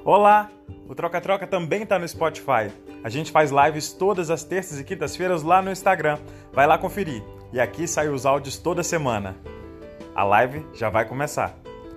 Olá! O Troca-Troca também está no Spotify. A gente faz lives todas as terças e quintas-feiras lá no Instagram. Vai lá conferir. E aqui saem os áudios toda semana. A live já vai começar.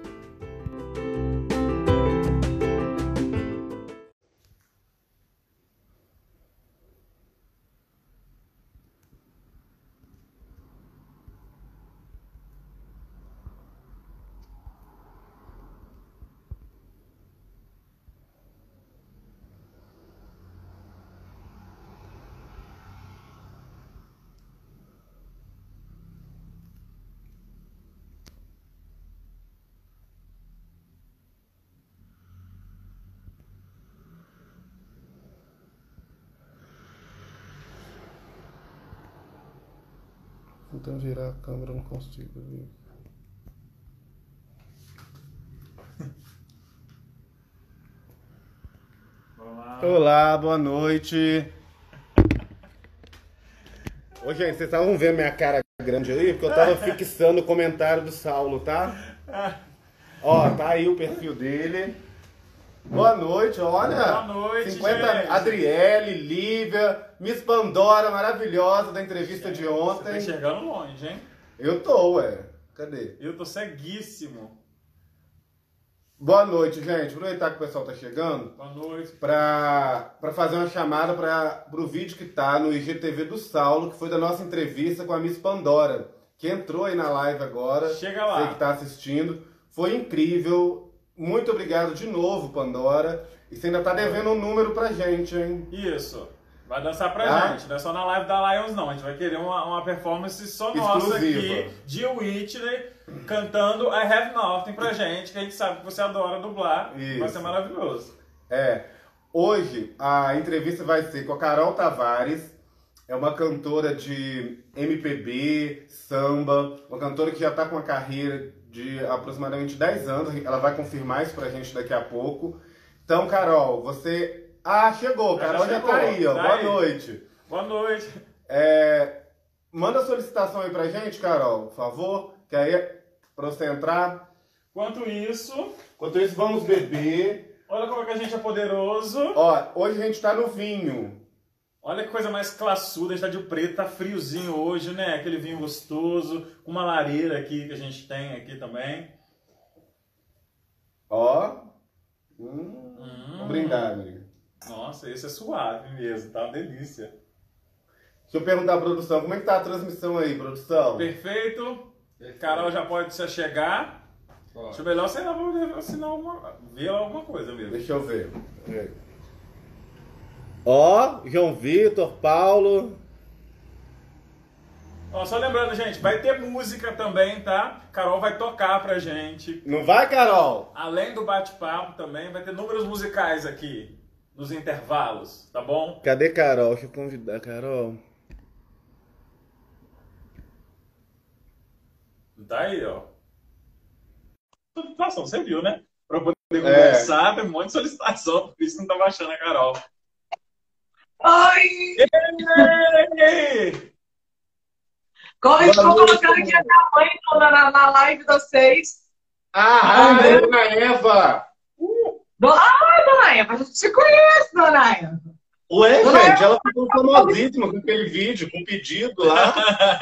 Então virar a câmera, não consigo ver. Olá, boa noite. Ô, gente, vocês estavam vendo minha cara grande aí? Porque eu tava fixando o comentário do Saulo, tá? Ó, tá aí o perfil dele. Boa noite, olha. Boa noite, 50, gente. Adriele, Lívia, Miss Pandora, maravilhosa da entrevista de Você tá ontem. enxergando longe, hein? Eu tô, ué. Cadê? Eu tô ceguíssimo. Boa noite, gente. Aproveitar que o pessoal tá chegando Boa noite. pra fazer uma chamada pro vídeo que tá no IGTV do Saulo, que foi da nossa entrevista com a Miss Pandora, que entrou aí na live agora. Chega lá. Você que tá assistindo. Foi incrível. Muito obrigado de novo, Pandora. E você ainda tá devendo um número pra gente, hein? Isso. Vai dançar pra gente. Não é só na live da Lions, não. A gente vai querer uma performance só nossa Exclusiva. aqui, de Whitney, cantando I Have Nothing pra gente, que a gente sabe que você adora dublar. Isso. Vai ser maravilhoso. Hoje a entrevista vai ser com a Carol Tavares. É uma cantora de MPB, samba, uma cantora que já tá com uma carreira de aproximadamente 10 anos. Ela vai confirmar isso pra gente daqui a pouco. Então, Carol, você... Ah, chegou. Carol já tá aí, ó. Tá Boa aí. noite. Boa noite. Manda a solicitação aí pra gente, Carol, por favor. Que aí, pra você entrar. Enquanto isso, Enquanto isso, vamos beber. olha como é que a gente é poderoso. Ó, hoje a gente tá no vinho. Olha que coisa mais classuda, a gente tá de preto, tá friozinho hoje, né? Aquele vinho gostoso, com uma lareira aqui que a gente tem aqui também. Ó. Vamos brindar, amigo. Nossa, esse é suave mesmo, tá uma delícia. Deixa eu perguntar à produção, como é que tá a transmissão aí, produção? Perfeito. Carol já pode se chegar. Acho melhor você ver alguma coisa mesmo. Deixa eu ver. Ó, João Vitor, Paulo. Ó, só lembrando, gente, vai ter música também, tá? Carol vai tocar pra gente. Não vai, Carol? Além do bate-papo também, vai ter números musicais aqui, nos intervalos, tá bom? Cadê Carol? Deixa eu convidar a Carol. Tá aí, ó. Solicitação, você viu, né? Pra poder conversar, tem um monte de solicitação, por isso não tá baixando a Carol. Oi! Ei! Estou colocando aqui a minha mãe na live de vocês. Dona Eva! Dona Eva, a gente te conhece, Dona Eva. Ué, Dona gente, Eva. ela ficou famosíssima com aquele vídeo, com o pedido lá.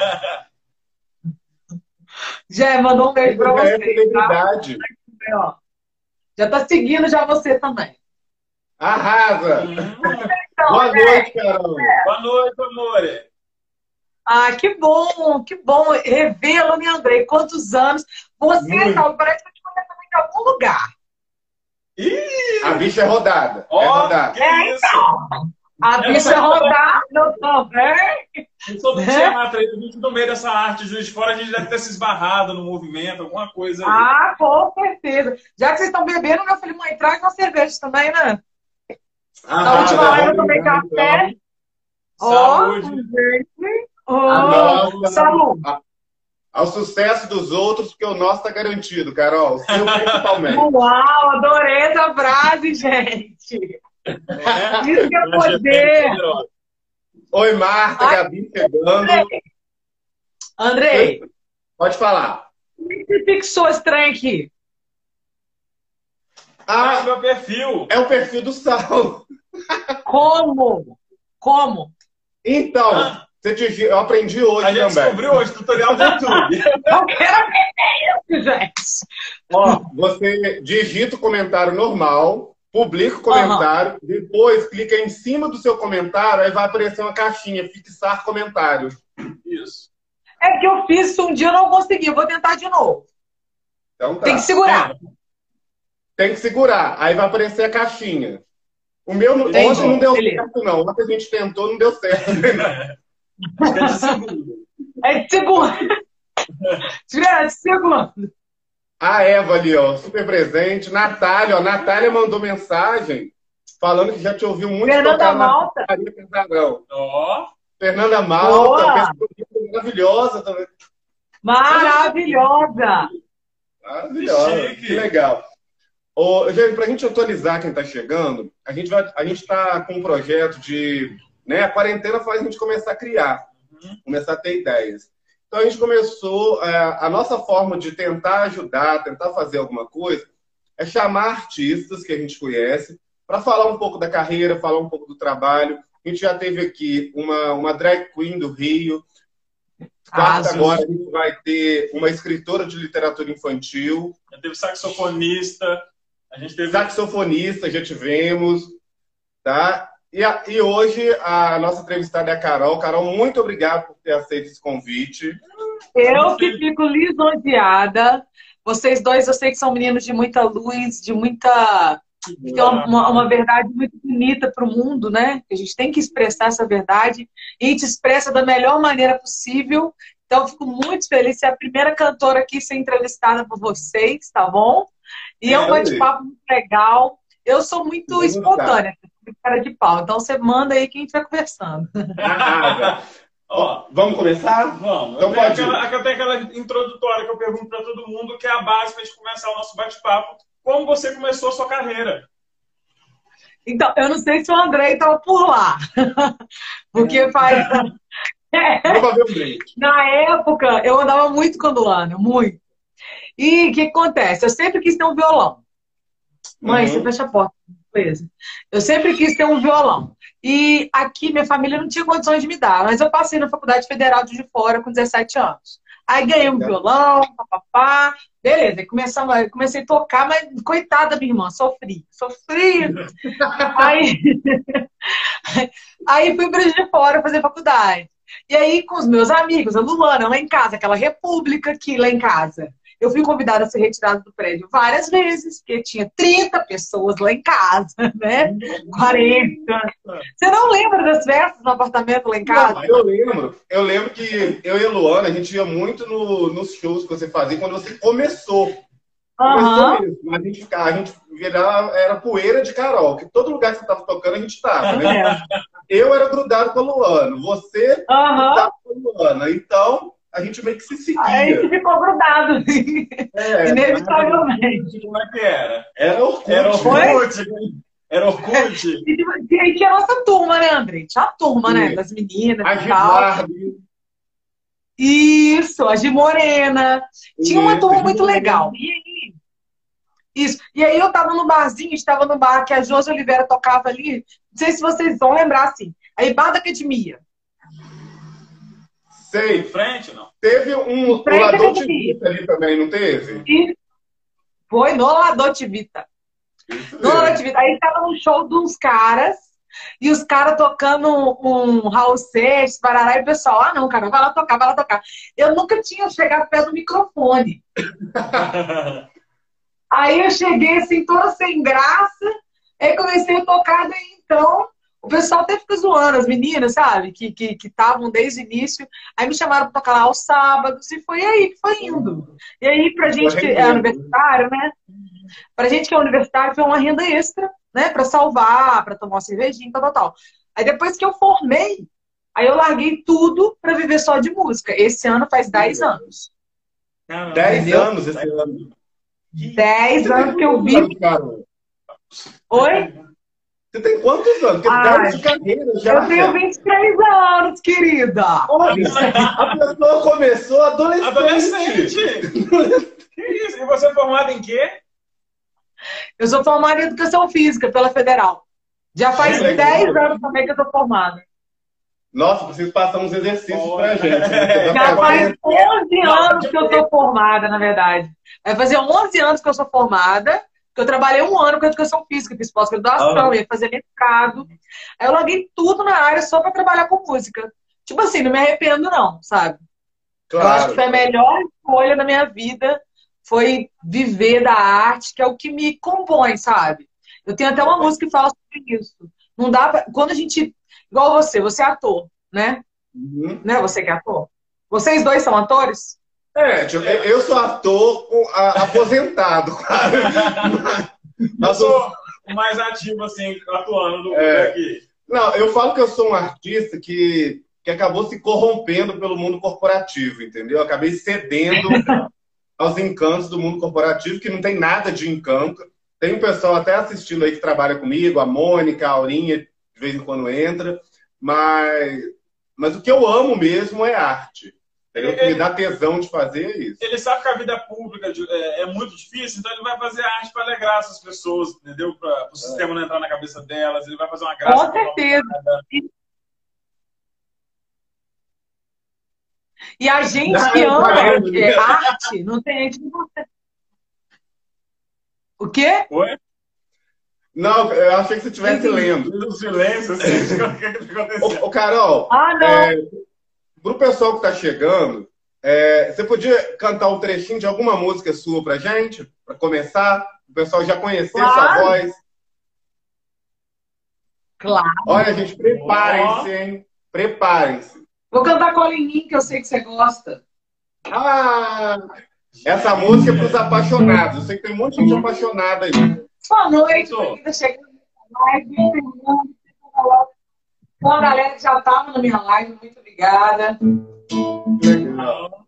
Já mandou um beijo pra É você. Tá? celebridade. Ó. Já tá seguindo já você também. Arrasa! Então, Boa noite, Carol. Boa noite, amore. Ah, que bom revê-lo, né, Andrei? Quantos anos? Você, Saulo, parece que eu te conheço também de algum lugar. Ih! A bicha é rodada. Ó, É rodada. que isso? Então, a bicha rodada também. Não sou do teatro, a gente no meio dessa arte, Juiz de Fora, a gente deve ter se esbarrado no movimento, alguma coisa aí. Ah, com certeza. Já que vocês estão bebendo, eu falei, mãe, traz uma cerveja também, né? Na última live eu tomei café. Saúde. Gente. Nossa. Saúde. Ao sucesso dos outros, porque o nosso tá garantido, Carol. O seu principalmente. Uau, adorei essa frase, gente. Isso que é poder. Oi, Marta, Gabi chegando. Andrei, Pode falar. como é que você fixou esse trem aqui? Ah, meu perfil. é o perfil do Saulo. Como? Como? Então, eu aprendi hoje A gente também. descobriu hoje, tutorial do YouTube. Eu quero ver isso, gente. Ó, você digita o comentário normal, publica o comentário, depois clica em cima do seu comentário, aí vai aparecer uma caixinha, fixar comentário. Isso. É que eu fiz isso um dia, eu não consegui. Eu vou tentar de novo. Então tá. Tem que segurar. Tem que segurar. Aí vai aparecer a caixinha. O meu ontem não deu certo, não. Ontem a gente tentou, não deu certo. Acho que é de segundo. É de segundo. É de segundo. A Eva ali, ó, super presente. Natália, ó. Natália mandou mensagem falando que já te ouviu muito Fernanda Malta. Ó. Fernanda Malta, pessoa maravilhosa também. Maravilhosa. Maravilhosa. Que legal. Gente, para a gente atualizar quem está chegando, a gente está com um projeto de... Né, a quarentena faz a gente começar a criar, começar a ter ideias. Então a gente começou, a nossa forma de tentar ajudar, tentar fazer alguma coisa, é chamar artistas que a gente conhece para falar um pouco da carreira, falar um pouco do trabalho. A gente já teve aqui uma drag queen do Rio. Quarta agora a gente vai ter uma escritora de literatura infantil. Já teve saxofonista. A gente teve... Saxofonista, já tivemos. Tá? E hoje a nossa entrevistada é a Carol. Carol, muito obrigado por ter aceito esse convite. Eu que fico lisonjeada. Vocês dois, eu sei que são meninos de muita luz, de muita... Tem uma verdade muito bonita para o mundo, né? A gente tem que expressar essa verdade e a gente expressa da melhor maneira possível. Então, eu fico muito feliz de ser a primeira cantora aqui a ser entrevistada por vocês, tá bom? E é um bate-papo muito legal. Eu sou muito espontânea, muito cara de pau. Então, você manda aí que a gente vai conversando. Ó, vamos começar? Vamos. Então Eu tenho aquela introdutória que eu pergunto para todo mundo, que é a base para a gente começar o nosso bate-papo. Como você começou a sua carreira? Então, eu não sei se o Andrei estava por lá. Porque faz... Na época, eu andava muito com a Luana, muito. E o que acontece? Eu sempre quis ter um violão. Mãe, você fecha a porta. Beleza. Eu sempre quis ter um violão. E aqui, minha família não tinha condições de me dar. Mas eu passei na Faculdade Federal de Juiz de Fora com 17 anos. Aí ganhei um violão, papapá. Beleza, comecei a tocar, mas coitada da minha irmã, sofri. Aí fui para Juiz de Fora fazer faculdade. E aí, com os meus amigos, a Luana, lá em casa, aquela república aqui lá em casa. Eu fui convidada a ser retirada do prédio várias vezes, porque tinha 30 pessoas lá em casa, né? 40. Você não lembra das festas no apartamento lá em casa? Não, eu lembro. Eu lembro que eu e a Luana, a gente ia muito nos shows que você fazia quando você começou. Começou mesmo. A gente virava, era poeira de Carol, que todo lugar que você estava tocando, a gente estava, né? Eu era grudado com a Luana, você estava com a Luana. Então... a gente meio que se seguia. Aí a gente ficou grudado. Inevitavelmente. Como é que era? Era Orkut. Era Orkut. E aí tinha a nossa turma, né, André? Tinha a turma, né? Das meninas a e tal. Isso, a de Morena. Tinha uma turma muito legal. E aí? Isso. E aí eu tava no barzinho, a gente tava no bar que a Josi Oliveira tocava ali. Não sei se vocês vão lembrar, assim. Aí, Bar da Academia. Sei. Em frente, não? Teve um Lador Tivita ali também, não teve? E foi no Lador Tivita. No Lador Tivita. Aí tava no show de uns caras, e os caras tocando um Raul Seixas, Parará, e o pessoal, não, cara, vai lá tocar, vai lá tocar. Eu nunca tinha chegado perto do microfone. Aí eu cheguei assim, toda sem graça, aí comecei a tocar, daí então... O pessoal até fica zoando, as meninas, sabe? Que estavam desde o início. Aí me chamaram para tocar lá aos sábados e foi aí que foi indo. E aí, pra gente que é universitário, né? Pra gente que é universitário, foi uma renda extra, né? Pra salvar, pra tomar uma cervejinha, tal. Aí depois que eu formei, aí eu larguei tudo pra viver só de música. Esse ano faz 10 anos. 10 anos esse ano. 10 anos que eu vi. Oi? Você tem quantos anos? Porque 10 de carreira já. Eu tenho 23 anos, querida. Olha, a pessoa começou adolescente. Que isso? E você é formado em quê? Eu sou formada em Educação Física pela Federal. Já faz 10 anos também que eu tô formada. Nossa, preciso passar uns exercícios pra gente. Né? Já faz 11 anos que eu sou formada, na verdade. Vai fazer 11 anos que eu sou formada, que eu trabalhei 1 ano com Educação Física, fiz pós-graduação, ia fazer mestrado. Aí eu larguei tudo na área só pra trabalhar com música. Tipo assim, não me arrependo não, sabe? Claro. Eu acho que foi a melhor escolha da minha vida, foi viver da arte, que é o que me compõe, sabe? Eu tenho até uma música que fala sobre isso. Não dá pra... Quando a gente... Igual você é ator, né? Uhum. Né? Você que é ator? Vocês dois são atores? Tipo, eu sou ator aposentado, cara. Eu sou o mais ativo, assim, atuando do aqui. Não, eu falo que eu sou um artista que acabou se corrompendo pelo mundo corporativo, entendeu? Eu acabei cedendo aos encantos do mundo corporativo, que não tem nada de encanto. Tem um pessoal até assistindo aí que trabalha comigo, a Mônica, a Aurinha, de vez em quando entra, mas o que eu amo mesmo é arte. Entendeu? O que me dá tesão de fazer é isso. Ele sabe que a vida pública é muito difícil, então ele vai fazer arte para alegrar essas pessoas, entendeu? Para o sistema não entrar na cabeça delas, ele vai fazer uma graça. Com certeza. E a gente que ama arte, não tem gente que você. O quê? Oi? Não, eu achei que você estivesse lendo. No silêncio, assim, o que aconteceu? Ô, Carol, pro pessoal que tá chegando, você podia cantar um trechinho de alguma música sua pra gente? Pra começar? O pessoal já conhecer sua voz. Claro. Olha, gente, preparem-se, hein? Preparem-se. Vou cantar Cola em Mim, que eu sei que você gosta. Essa música é pros apaixonados. Eu sei que tem um monte de gente apaixonada aí. Boa noite, ainda chegando na live. Bom, a galera que já estava na minha live, muito obrigada. Legal.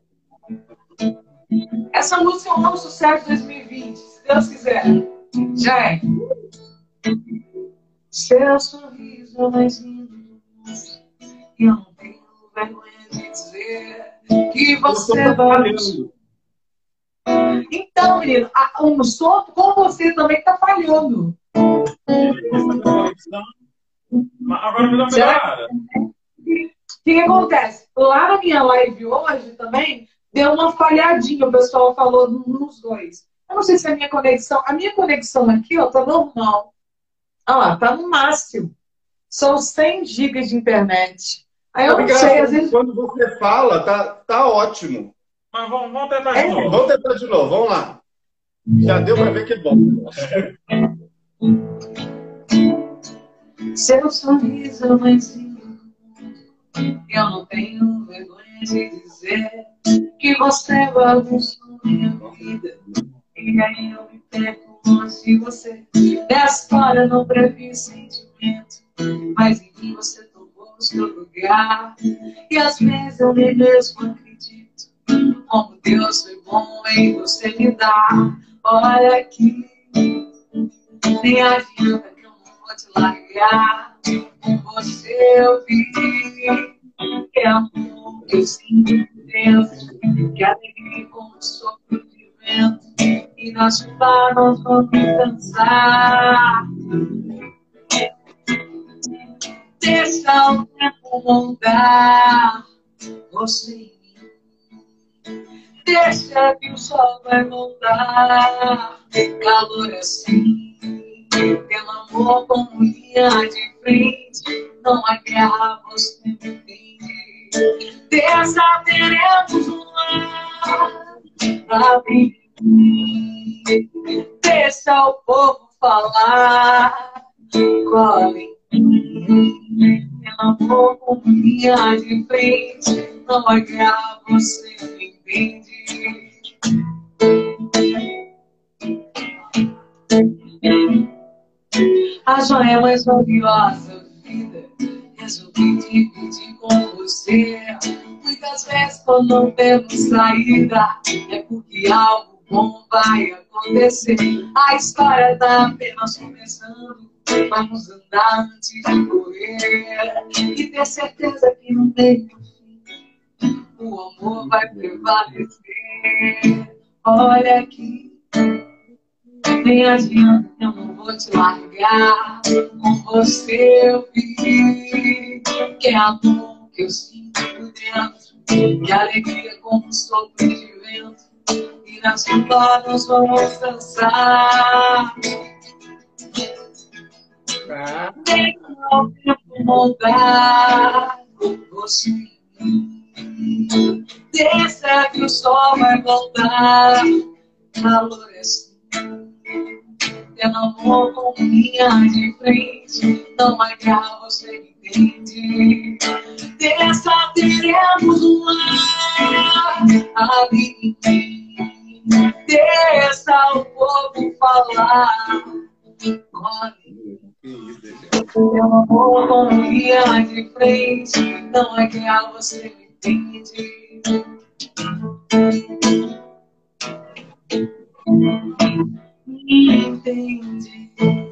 Essa música é um novo sucesso de 2020, se Deus quiser. Já é. Seu sorriso é mais lindo do mundo, e eu não tenho vergonha de dizer que você vai. Então, menino, um som com você também tá falhando. Agora me dá uma melhorada. O que acontece? Lá na minha live hoje também deu uma falhadinha, o pessoal falou nos dois. Eu não sei se é a minha conexão. A minha conexão aqui, ó, tá normal. Olha lá, tá no máximo. São 100 gigas de internet. Aí eu não sei, às vezes... Quando você fala, tá ótimo. Mas vamos tentar de novo. Vamos tentar de novo, vamos lá. Já deu pra ver que é bom. Seu sorriso é mais lindo do mundo. Eu não tenho vergonha de dizer que você bagunçou minha vida. E aí eu me pego longe de você. Nessa história não previ sentimento, mas em mim você tomou o seu lugar. E às vezes eu nem mesmo acredito como Deus foi bom em você me dar. Olha aqui, nem adianta que eu não vou te largar. Com você eu vi que é amor que eu sinto dentro, que alegria como sopro de vento, e na chuva nós vamos dançar. Deixa o tempo moldar você em mim. Deixa que o sol vai moldar calor assim. Pelo amor como linha de frente, não há guerra, você me entende. Desateremos um lar pra mim. Deixa o povo falar. Cola em mim. Pelo amor como linha de frente, não há guerra, você me entende. A joia mais valiosa vida, resolvi dividir com você. Muitas vezes quando não temos saída, é porque algo bom vai acontecer. A história tá apenas começando, vamos andar antes de correr. E ter certeza que no meio do fim, o amor vai prevalecer. Olha aqui, Nem adianta, eu não vou te largar. Com você eu vi que é amor que eu sinto por dentro. Que alegria como um sopro de vento. E na chuva nós vamos dançar. Deixa o tempo moldar você. Deixa que o sol vai voltar. Calor pelo amor com linha de frente. Não vai cá, você entende. Dessa teremos um ar ali em mim. Deixa o povo falar. Pelo amor com linha de frente. Não é que a você entende. Me entende.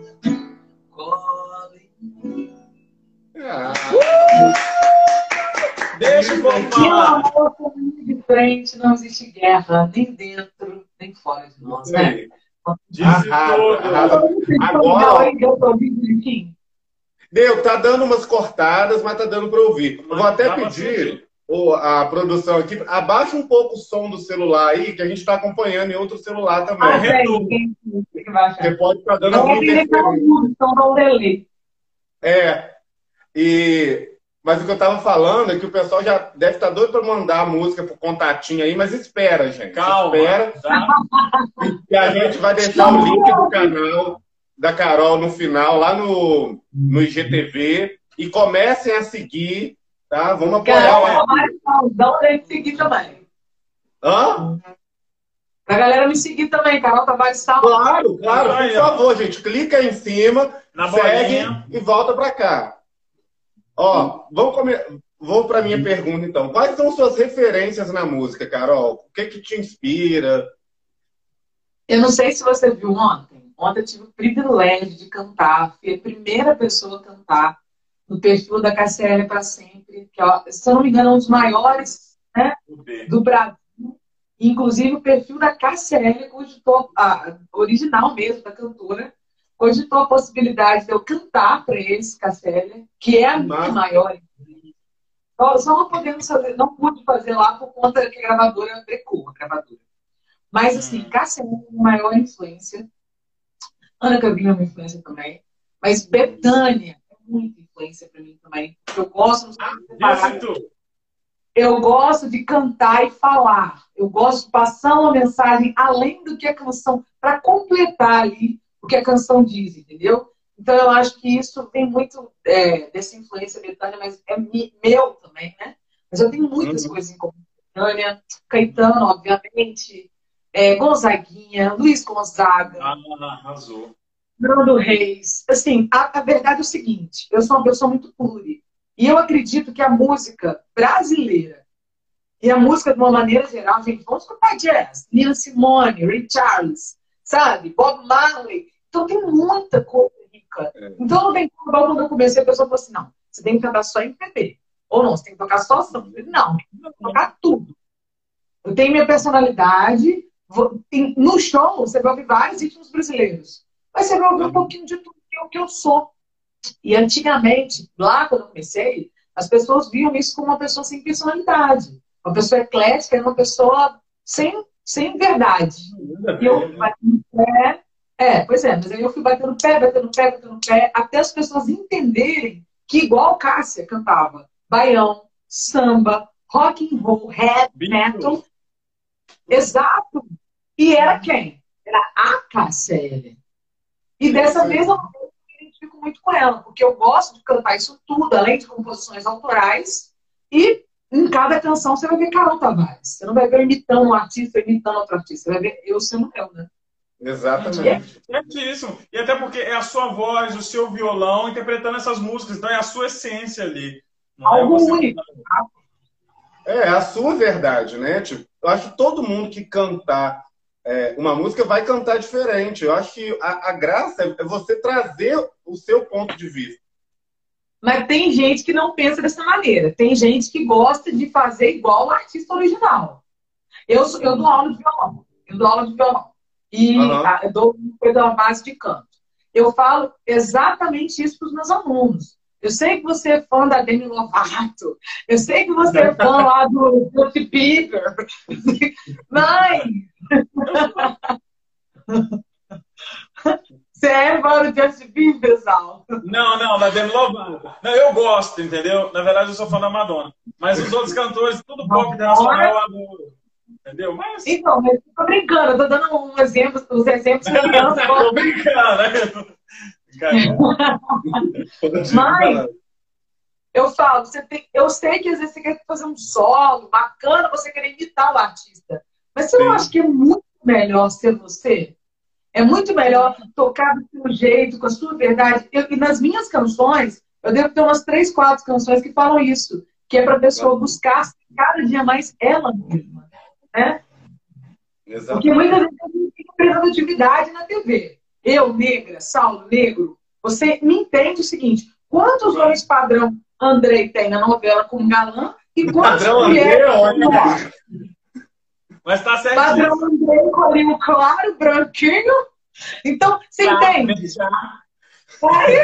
Deixa eu Pelo falar. amor com linha de frente. Não existe guerra, nem dentro, nem fora de nós, né? Disse tudo. Agora, Eu tô ouvindo direitinho. Deu, tá dando umas cortadas, mas tá dando para ouvir. Eu vou até Dá pra pedir a produção aqui, abaixa um pouco o som do celular aí, que a gente está acompanhando em outro celular também. Ah, retorno. tem que baixar. Porque pode estar dando Eu alguma vou entender pelo interferência. mundo, então dá um delay. Mas o que eu tava falando é que o pessoal já deve estar doido para mandar a música pro contatinho aí, mas espera, gente. Calma. Espera, Tá? que a gente vai deixar o link do canal da Carol no final, lá no IGTV. E comecem a seguir, tá? Vamos apoiar Carol, lá. dá um delay me seguir também. Hã? Pra galera me seguir também, Carol Tavares Sal. Claro, claro, Aí, por ó. favor, gente. Clica aí em cima, Na segue bolinha. e volta pra cá. Ó, vou pra minha pergunta então. Quais são suas referências na música, Carol? O que que te inspira? Eu não sei se você viu ontem. Ontem eu tive o privilégio de cantar. Fui a primeira pessoa a cantar no perfil da KCL para sempre. Que, ó, se eu não me engano, é um dos maiores, né, do Brasil. Inclusive, o perfil da KCL cogitou, a original mesmo, da cantora, cogitou a possibilidade de eu cantar para eles, KCL, que é a minha maior. Só não podemos fazer, não pude fazer lá por conta que a gravadora brecou, a gravadora. Mas, assim, KCL é a maior influência. Ana Cabrina é uma influência também. Mas Bethânia é muita influência para mim também. Eu gosto Disse tudo. Eu gosto de cantar e falar. Eu gosto de passar uma mensagem além do que a canção, para completar ali o que a canção diz, entendeu? Então eu acho que isso tem muito dessa influência Bethânia, mas é meu também, né? Mas eu tenho muitas coisas em comum. Bethânia, Caetano, obviamente, Gonzaguinha, Luiz Gonzaga. Arrasou. Nando Reis. Assim, a verdade é o seguinte, eu sou uma pessoa muito pluri. E eu acredito que a música brasileira e a música de uma maneira geral, gente, vamos escutar jazz, Nina Simone, Ray Charles, sabe? Bob Marley. Então tem muita coisa rica. Então não tem como, quando eu comecei, a pessoa falou assim, não, você tem que cantar só MPB. Ou não, você tem que tocar só samba. Eu falei, não, tem que tocar tudo. Eu tenho minha personalidade. No show, você vai ouvir vários ritmos brasileiros. Mas você vai ouvir um pouquinho de tudo que eu sou. E antigamente, lá quando eu comecei, as pessoas viam isso como uma pessoa sem personalidade. Uma pessoa eclética, uma pessoa sem verdade. E eu fui batendo pé. Pois é, mas aí eu fui batendo pé, até as pessoas entenderem que igual Cássia cantava baião, samba, rock and roll, rap, metal. Exato. E era quem? Era a Cássia. E dessa vez eu me identifico muito com ela, porque eu gosto de cantar isso tudo, além de composições autorais, e em cada canção você vai ver Carol Tavares. Você não vai ver eu imitando um artista, imitando outro artista. Você vai ver eu sendo eu, né? Exatamente. É isso. E até porque é a sua voz, o seu violão interpretando essas músicas, então é a sua essência ali. Não Algo é você... único. É a sua verdade, né? Tipo, eu acho que todo mundo que cantar uma música vai cantar diferente. Eu acho que a graça é você trazer o seu ponto de vista. Mas tem gente que não pensa dessa maneira. Tem gente que gosta de fazer igual o artista original. Eu dou aula de violão. E eu dou uma base de canto. Eu falo exatamente isso para os meus alunos. Eu sei que você é fã da Demi Lovato. Eu sei que você é fã lá do Justin Bieber. Mãe! Você é fã do Justin Bieber, Sal? Não, da Demi Lovato. Não, eu gosto, entendeu? Na verdade, eu sou fã da Madonna. Mas os outros cantores, tudo pop internacional, eu adoro. Entendeu? Mas... Então, mas eu tô brincando. Eu tô dando uns exemplos, os exemplos que criança gosta. Tô brincando, né? Mas eu falo, eu sei que às vezes você quer fazer um solo bacana, você quer imitar o artista. Mas você não acha que é muito melhor ser você? É muito melhor tocar do seu jeito, com a sua verdade. E nas minhas canções, eu devo ter umas 3, 4 canções que falam isso. Que é pra pessoa buscar cada dia mais ela mesma. Né? Porque muitas vezes a gente tem representatividade na TV. Eu, negra, Saulo, negro. Você me entende o seguinte: quantos homens padrão Andrei tem na novela como galã e quantos mulheres... Mas tá certinho. Padrão Andrei, colinho claro, branquinho. Então, você entende? Aí,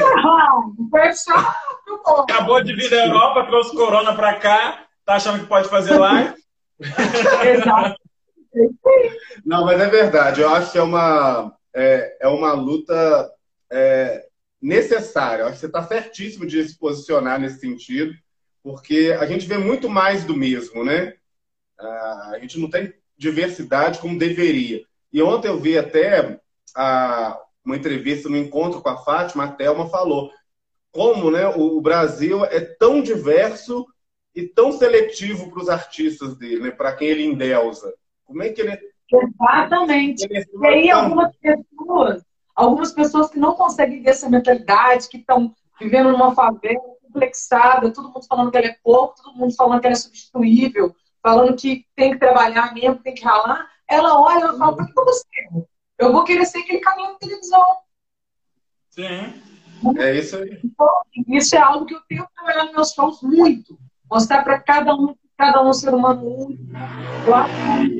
acabou de vir da Europa, trouxe corona pra cá, tá achando que pode fazer live? Exato. Não, mas é verdade. Eu acho que é uma luta necessária. Eu acho que você está certíssimo de se posicionar nesse sentido, porque a gente vê muito mais do mesmo, né? A gente não tem diversidade como deveria. E ontem eu vi até uma entrevista no Encontro com a Fátima, a Thelma falou como, né, o Brasil é tão diverso e tão seletivo para os artistas dele, né, para quem ele endeusa. Como é que ele... Exatamente. E aí algumas pessoas que não conseguem ver essa mentalidade, que estão vivendo numa favela complexada, todo mundo falando que ela é pouco, todo mundo falando que ela é substituível, falando que tem que trabalhar mesmo, tem que ralar, ela olha e fala, por que eu vou ser? Eu vou querer ser aquele caminho de televisão. Sim. É isso aí. Então, isso é algo que eu tenho que trabalhar nos meus shows muito. Mostrar para cada um ser humano único. Eu acho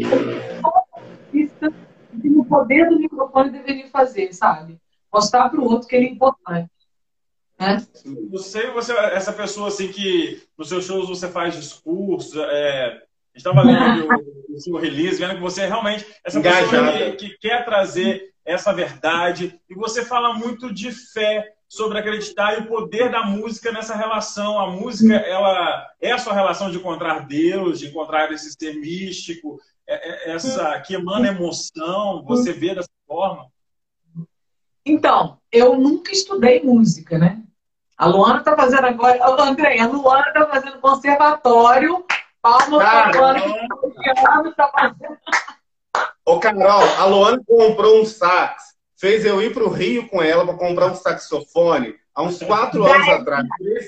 que o poder do microfone deveria fazer, sabe? Mostrar para o outro que ele é importante. Né? Você, essa pessoa assim que nos seus shows você faz discursos, estava lendo o seu release, vendo que você é realmente essa pessoa que quer trazer essa verdade, e você fala muito de fé, sobre acreditar e o poder da música nessa relação. A música, ela é a sua relação de encontrar Deus, de encontrar esse ser místico, essa que emana emoção, você vê dessa forma? Então, eu nunca estudei música, né? A Luana tá fazendo agora... André, a Luana tá fazendo conservatório. Palmas pra Luana, que tá fazendo... Ô, Carol, a Luana comprou um sax. Fez eu ir pro Rio com ela para comprar um saxofone há uns 4 anos atrás.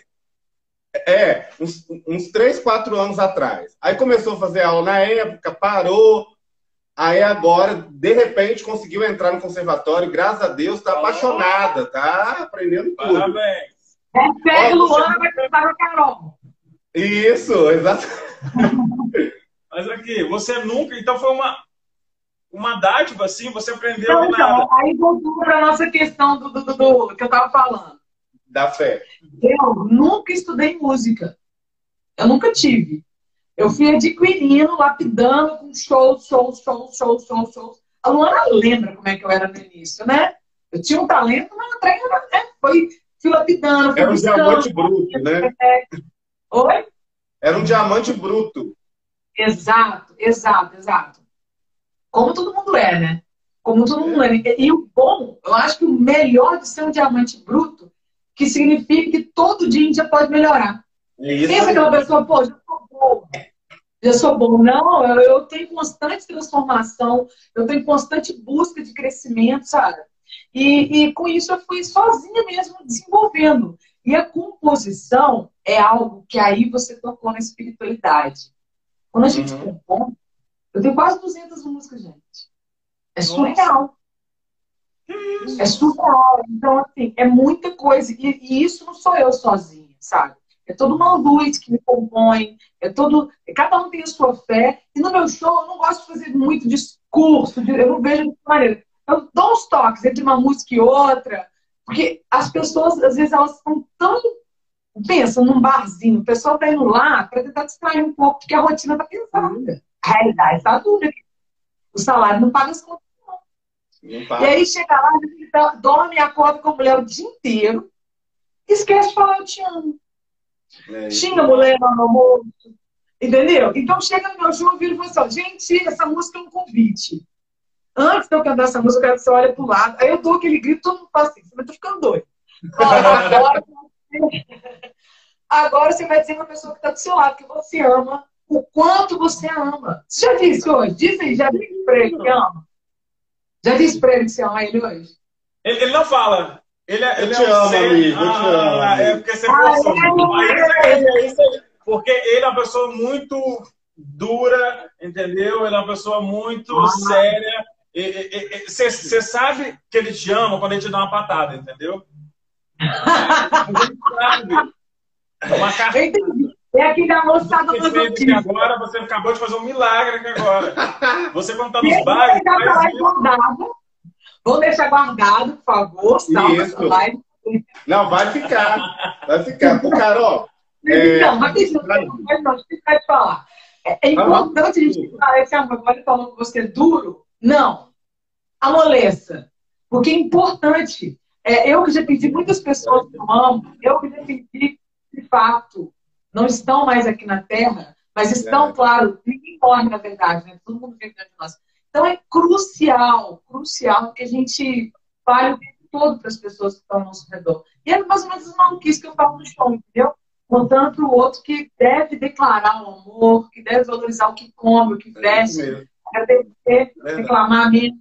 Uns 3, 4 anos atrás. Aí começou a fazer aula na época, parou. Aí agora, de repente, conseguiu entrar no conservatório. Graças a Deus, tá apaixonada, tá aprendendo tudo. Parabéns. Pega Luana, vai cantar a Carol. Isso, exato. Mas aqui, você nunca... Então foi uma dádiva, assim, você aprendeu Então, nada. aí voltou para a nossa questão do que eu estava falando. Da fé. Eu nunca estudei música. Eu nunca tive. Eu fui adquirindo, lapidando com shows. A Luana lembra como é que eu era no início, né? Eu tinha um talento, mas o trem fui lapidando. Era um diamante bruto, né? Oi? Era um diamante bruto. Exato. Como todo mundo é, né? Como todo mundo é. E o bom, eu acho que o melhor de ser um diamante bruto, que significa que todo dia a gente já pode melhorar. Pensa aquela pessoa, pô, já sou bom. Não, eu tenho constante transformação, eu tenho constante busca de crescimento, sabe? E com isso eu fui sozinha mesmo desenvolvendo. E a composição é algo que aí você tocou na espiritualidade. Quando a gente compõe, eu tenho quase 200 músicas, gente. É surreal. É surreal. Então, assim, é muita coisa. E isso não sou eu sozinha, sabe? É toda uma luz que me compõe. Cada um tem a sua fé. E no meu show, eu não gosto de fazer muito discurso. Eu não vejo de maneira. eu dou uns toques entre uma música e outra, porque as pessoas, às vezes, elas estão tão... Pensa num barzinho, o pessoal tá indo lá para tentar distrair um pouco, porque a rotina tá pesada. A realidade tá dura. O salário não paga as contas, não. E aí chega lá, dorme e acorda com a mulher o dia inteiro, esquece de falar eu te amo. Xinga a mulher no almoço. Entendeu? Então chega no meu show e vira e fala assim, gente, essa música é um convite. Antes de eu cantar essa música, eu quero que você olhe pro lado. Aí eu dou aquele grito, todo mundo fala assim, você vai estar ficando doido. Agora você vai dizer pra pessoa que está do seu lado que você ama, o quanto você ama. Você já disse hoje? Diz aí, já disse pra ele que ama? Já disse pra ele que você ama ele hoje? Ele não fala. Ele te amo, amigo, eu te amo. É porque você pensou. É isso aí. Porque ele é uma pessoa muito dura, entendeu? Ele é uma pessoa muito séria. Você sabe que ele te ama quando ele te dá uma patada, entendeu? É uma carta. É aquele almoço que agora você acabou de fazer um milagre aqui agora. Você quando tá nos bares. Vou deixar guardado, por favor. Isso. Não, vai ficar. Vai ficar. Ô, Carol. Não, mas deixa eu falar. É importante a gente falar esse amor. Agora falando que você é duro. Não. Amoleça. Porque é importante. Eu que já pedi muitas pessoas que eu amo, eu que já pedi, de fato, não estão mais aqui na Terra, mas estão, claro, ninguém morre, na verdade, né? Todo mundo vive dentro de nós. Então é crucial que a gente fale o tempo todo para as pessoas que estão ao nosso redor. E é mais ou menos as maluquices que eu falo no show, entendeu? Contando para o outro que deve declarar o amor, que deve valorizar o que come, o que veste, agradecer, reclamar mesmo.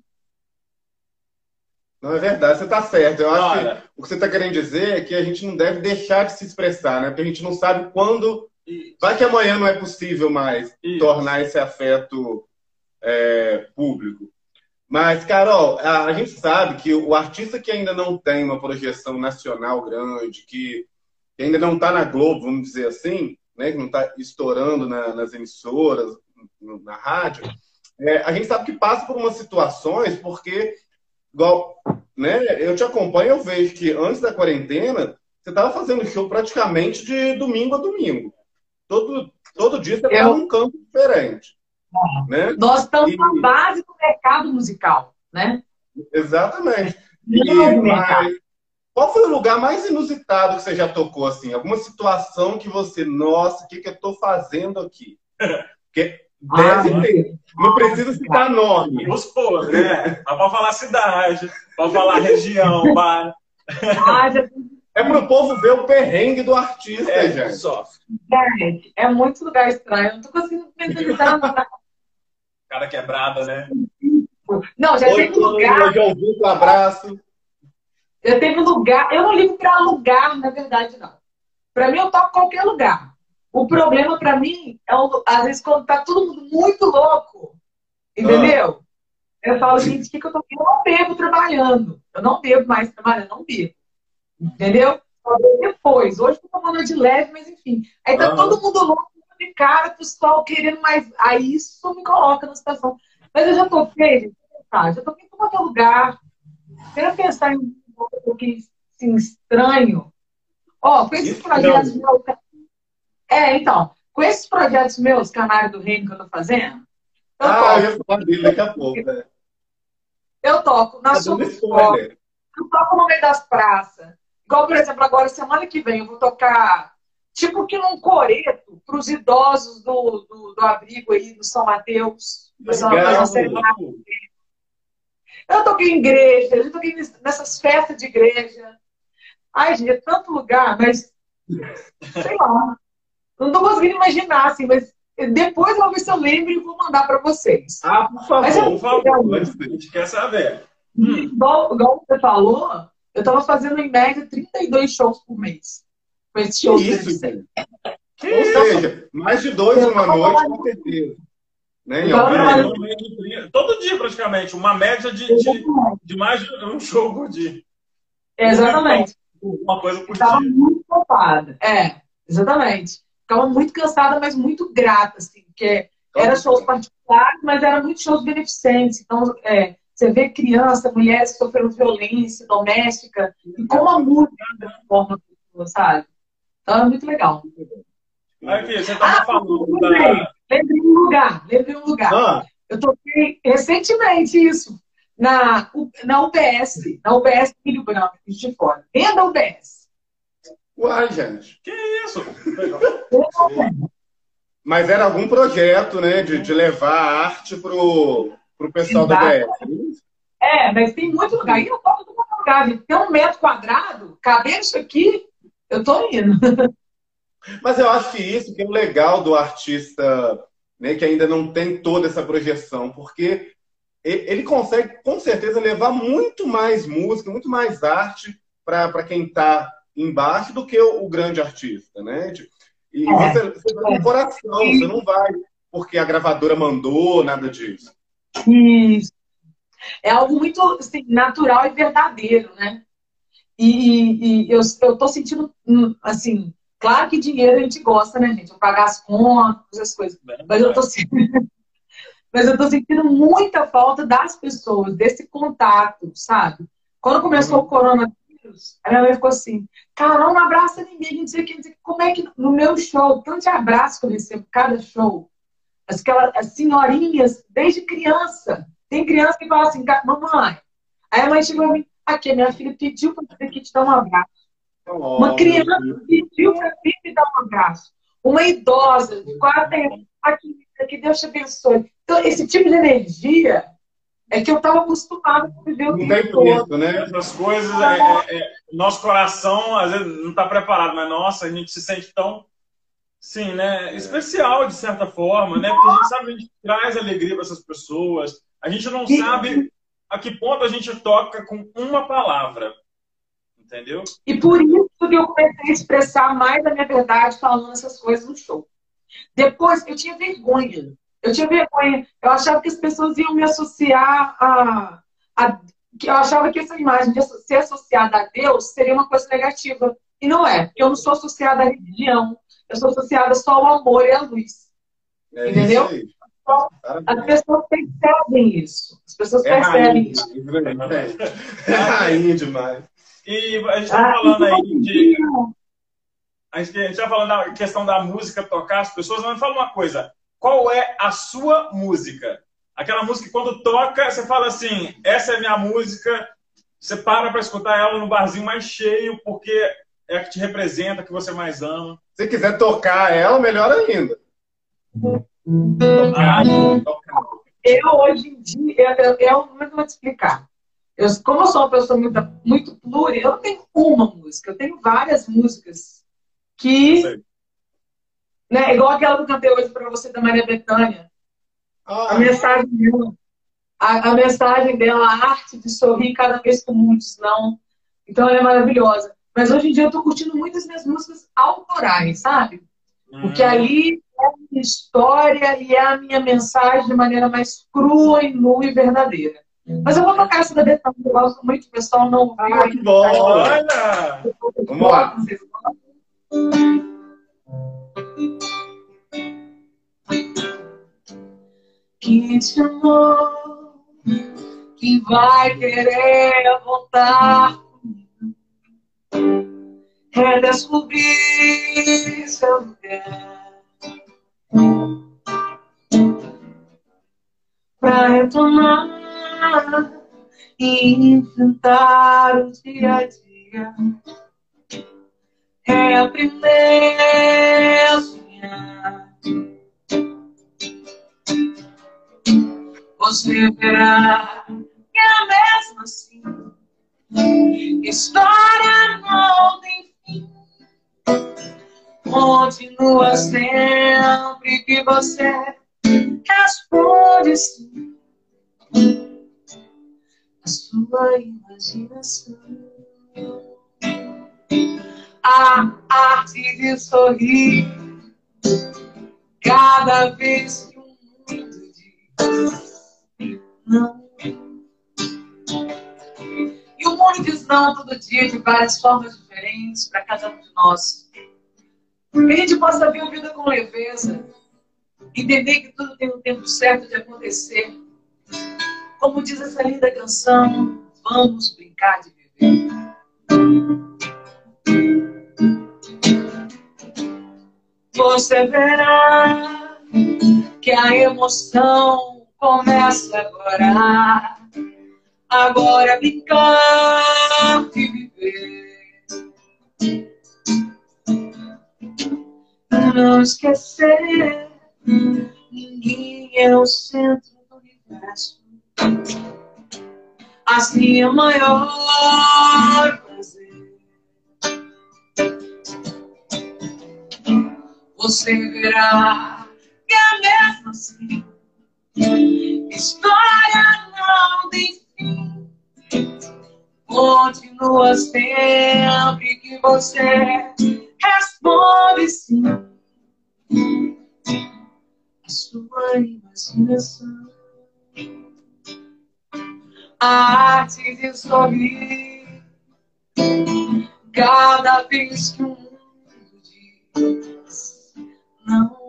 Não, é verdade, você está certo. Eu acho que o que você está querendo dizer é que a gente não deve deixar de se expressar, né? Porque a gente não sabe quando... Vai que amanhã não é possível mais tornar esse afeto público. Mas, Carol, a gente sabe que o artista que ainda não tem uma projeção nacional grande, que ainda não está na Globo, vamos dizer assim, né? Que não está estourando nas emissoras, na rádio, a gente sabe que passa por umas situações, porque... Igual, né? Eu te acompanho, eu vejo que antes da quarentena você estava fazendo show praticamente de domingo a domingo. Todo dia você estava num campo diferente. Né? Nós estamos na base do mercado musical, né? Exatamente. Mas qual foi o lugar mais inusitado que você já tocou, assim? Alguma situação que você, nossa, o que eu estou fazendo aqui? Porque deve ter. Não precisa citar nome. Vamos supor, né? Pode falar cidade, pode falar região, bar. É pro povo ver o perrengue do artista, gente. Sofre. Gente, é muito lugar estranho. Eu não tô conseguindo mentalizar. Cara quebrada, né? Não, já teve lugar. Já ouvi um abraço. Já teve lugar. Eu não ligo pra lugar, na verdade, não. Pra mim, eu toco em qualquer lugar. O problema pra mim é, às vezes, quando tá todo mundo muito louco. Entendeu? Eu falo, gente, o que eu tô... Eu não bebo trabalhando. Eu não bebo mais trabalhando, não bebo. Entendeu? Só bebo depois. Hoje eu tô tomando de leve, mas enfim. Aí tá todo mundo louco, de cara, o pessoal querendo mais. Aí isso me coloca na situação. Mas eu já toquei, gente, já toquei em qualquer lugar. Quero pensar em um pouquinho assim, estranho. Ó, com esses projetos meus. Então, com esses projetos meus, Canário do Reino, que eu tô fazendo. Eu ia falar dele daqui a pouco, né? Eu toco na sua escola. Eu toco no meio das praças. Igual, por exemplo, agora, semana que vem, eu vou tocar, tipo que num coreto, para os idosos do abrigo aí, do São Mateus. Eu toquei em igreja, eu toquei nessas festas de igreja. Ai, gente, é tanto lugar, mas sei lá. Não tô conseguindo imaginar, assim, mas depois eu vou ver se eu lembro e vou mandar para vocês. Por favor, por favor. A gente quer saber. Igual você falou, eu tava fazendo em média 32 shows por mês. Com esse show. Isso, ou seja, mais de 2 numa noite, com certeza. Né? Todo dia, praticamente. Uma média de mais de um show por dia. Exatamente. Uma coisa por dia. Estava muito ocupada. Exatamente. Ficava muito cansada, mas muito grata, assim, porque era shows particulares, mas era muito shows beneficentes. Então, Você vê criança, mulheres sofrendo violência doméstica, e como a música transforma a pessoa, sabe? Então é muito legal. Aqui, você estava falando Lembrei um lugar. Ah. Eu toquei recentemente isso, na UBS Filho Branco, de fora, dentro da UBS. Uai, gente. Que isso? Mas era algum projeto, né, de levar a arte pro pessoal da UBS. Mas tem muito lugar. E eu toco em todo lugar. Tem 1 metro quadrado, cabendo isso aqui, eu tô indo. Mas eu acho que isso que é o legal do artista, né, que ainda não tem toda essa projeção, porque ele consegue, com certeza, levar muito mais música, muito mais arte para quem está embaixo do que o grande artista, né? E você vai com o coração, você não vai porque a gravadora mandou, nada disso. Isso. É algo muito assim, natural e verdadeiro, né? E eu tô sentindo, assim, claro que dinheiro a gente gosta, né, gente? Eu pagar as contas, essas coisas. Mas eu tô sentindo muita falta das pessoas, desse contato, sabe? Quando começou o coronavírus, a minha mãe ficou assim, cara, não abraça ninguém, não sei o que, como é que no meu show, tanto de abraço que eu recebo cada show, as senhorinhas, desde criança, tem criança que fala assim, mamãe, aí a mãe chegou a mim, aqui, minha filha pediu pra você que te dar um abraço. Uma criança pediu pra vir me dar um abraço. Uma idosa, de 40 anos, que Deus te abençoe. Então, esse tipo de energia é que eu estava acostumada a viver o tempo todo. Né? Essas coisas, nosso coração, às vezes, não está preparado, mas, nossa, a gente se sente tão, sim, né, especial, de certa forma, né? Porque a gente sabe que a gente traz alegria para essas pessoas. A gente não sabe a que ponto a gente toca com uma palavra. Entendeu? E por isso que eu comecei a expressar mais a minha verdade falando essas coisas no show. Depois, eu tinha vergonha. Eu achava que as pessoas iam me associar eu achava que essa imagem de ser associada a Deus seria uma coisa negativa. E não é. Porque eu não sou associada à religião. Eu sou associada só ao amor e à luz. Entendeu? Então, as pessoas percebem isso. As pessoas percebem isso. É rainha demais. E a gente está falando aí de... A gente está falando da questão da música, tocar as pessoas, mas me fala uma coisa. Qual é a sua música? Aquela música que quando toca, você fala assim, essa é minha música, você para escutar ela no barzinho mais cheio, porque é a que te representa, a que você mais ama. Se quiser tocar ela, melhor ainda. Eu, hoje em dia, eu não vou te explicar. Como eu sou uma pessoa muito pluri, eu não tenho uma música, eu tenho várias músicas que... Né, igual aquela que eu cantei hoje para você da Maria Bethânia. A mensagem dela, a arte de sorrir cada vez que o mundo diz não. Então ela é maravilhosa. Mas hoje em dia eu tô curtindo muito as minhas músicas autorais, sabe? Porque ali é a minha história e é a minha mensagem de maneira mais crua e nua e verdadeira. Mas eu vou tocar essa da Bethânia, eu gosto muito, o pessoal não ouviu. Que bom! Olha! Vamos lá. Que te amou, que vai querer voltar comigo, redescobrir seu lugar, pra retomar e enfrentar o dia a dia, reaprender a sonhar. Você verá que é mesmo assim, história não tem fim. Continua sempre que você responde sim. A sua imaginação, a arte de sorrir cada vez que o mundo diz não. E o mundo diz não todo dia de várias formas diferentes para cada um de nós. Que a gente possa ver a vida com leveza, entender que tudo tem um tempo certo de acontecer. Como diz essa linda canção, vamos brincar de viver. Você verá que a emoção começa agora. Agora é brincar de viver. Não esquecer, ninguém é o centro do universo. Assim é o maior prazer. Você verá que é mesmo assim. História não tem fim. Continua sempre que você responde sim. A sua imaginação, a arte de sorrir cada vez que o mundo diz não.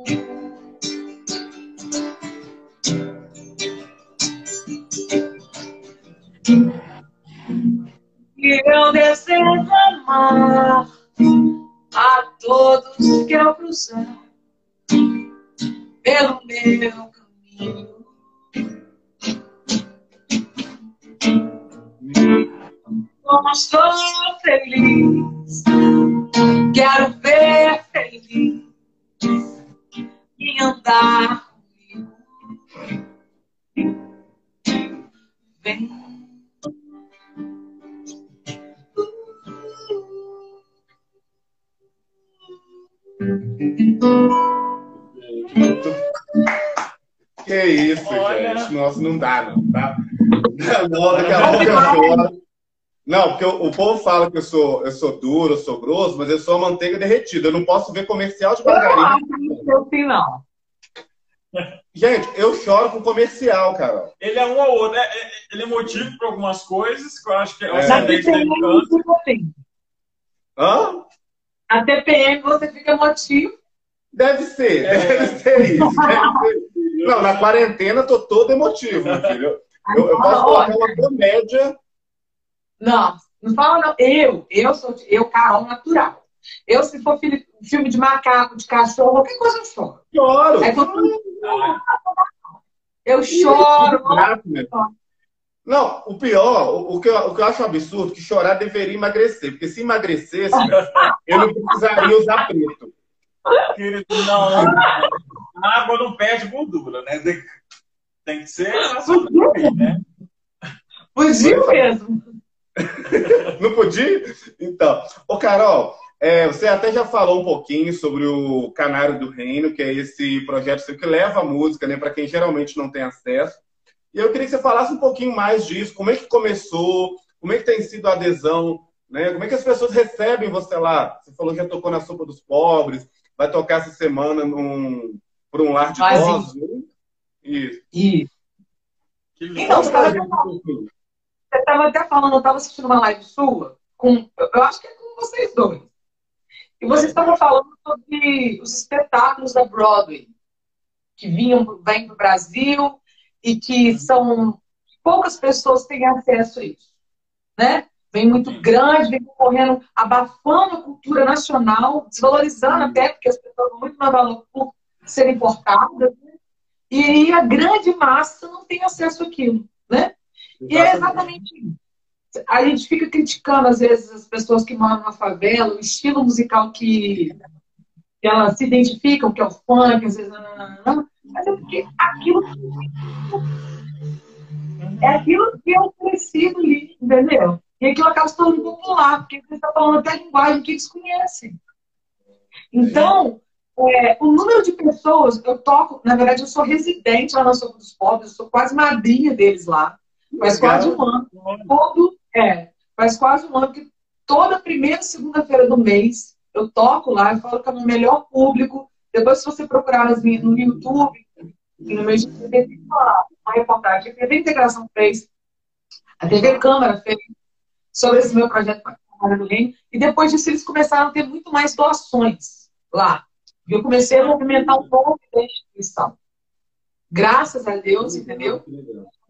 E eu desejo amar a todos que eu cruzar pelo meu caminho. Como estou feliz, quero ver feliz e andar comigo. Vem. Que isso, gente. Nossa, não dá, não, tá? Não, daqui a pouco eu choro. Não, porque o povo fala que eu sou duro, eu sou grosso, mas eu sou a manteiga derretida. Eu não posso ver comercial de margarina. Não, assim, não. Gente, eu choro com comercial, cara. Ele é um ou outro. Ele é motivo para algumas coisas, que eu acho que é o Na ascendente TPM dele. você fica assim. Hã? Na TPM você fica motivo. Deve ser isso. Deve ser isso. Não, na quarentena eu tô todo emotivo, filho. Eu posso colocar uma comédia. Não, não fala não. Eu, Carol, natural. Eu, se for filme de macaco, de cachorro, qualquer coisa eu choro. Choro. Aí, eu choro. Não, o pior, o que eu acho um absurdo, que chorar deveria emagrecer. Porque se emagrecesse, eu não precisaria usar preto. Querido, não. A água não perde gordura, né? Tem que ser nacional, né? Podia mesmo. Não podia? Então, ô Carol, você até já falou um pouquinho sobre o Canário do Reino, que é esse projeto seu que leva a música, né, para quem geralmente não tem acesso. E eu queria que você falasse um pouquinho mais disso, como é que começou, como é que tem sido a adesão, né? Como é que as pessoas recebem você lá? Você falou que já tocou na Sopa dos Pobres, vai tocar essa semana por um lar de idosos. Isso. Então, você estava até falando, eu estava assistindo uma live sua, eu acho que é com vocês dois. E vocês estavam falando sobre os espetáculos da Broadway, que vêm para o Brasil e que poucas pessoas têm acesso a isso, né? Vem muito grande, vem concorrendo, abafando a cultura nacional, desvalorizando até, porque as pessoas dão muito mais valor por serem importadas, né? E aí a grande massa não tem acesso àquilo, né? E é exatamente isso. A gente fica criticando, às vezes, as pessoas que moram na favela, o estilo musical que elas se identificam, que é o funk, às vezes, mas é porque é aquilo que é oferecido ali, entendeu? E aquilo acaba se tornando popular, porque você está falando até a linguagem que eles conhecem. Então, o número de pessoas, eu toco, na verdade, eu sou residente lá na Sopa dos Pobres, eu sou quase madrinha deles lá. Faz quase um ano. Faz quase um ano que toda primeira segunda-feira do mês eu toco lá, eu falo que é o melhor público. Depois, se você procurar no YouTube, e no meu Instagram, tem uma reportagem que a TV Integração fez, a TV Câmara fez, sobre esse meu projeto com a Câmara do Reino. E depois disso, eles começaram a ter muito mais doações lá. E eu comecei a movimentar um pouco da instituição. Graças a Deus, entendeu?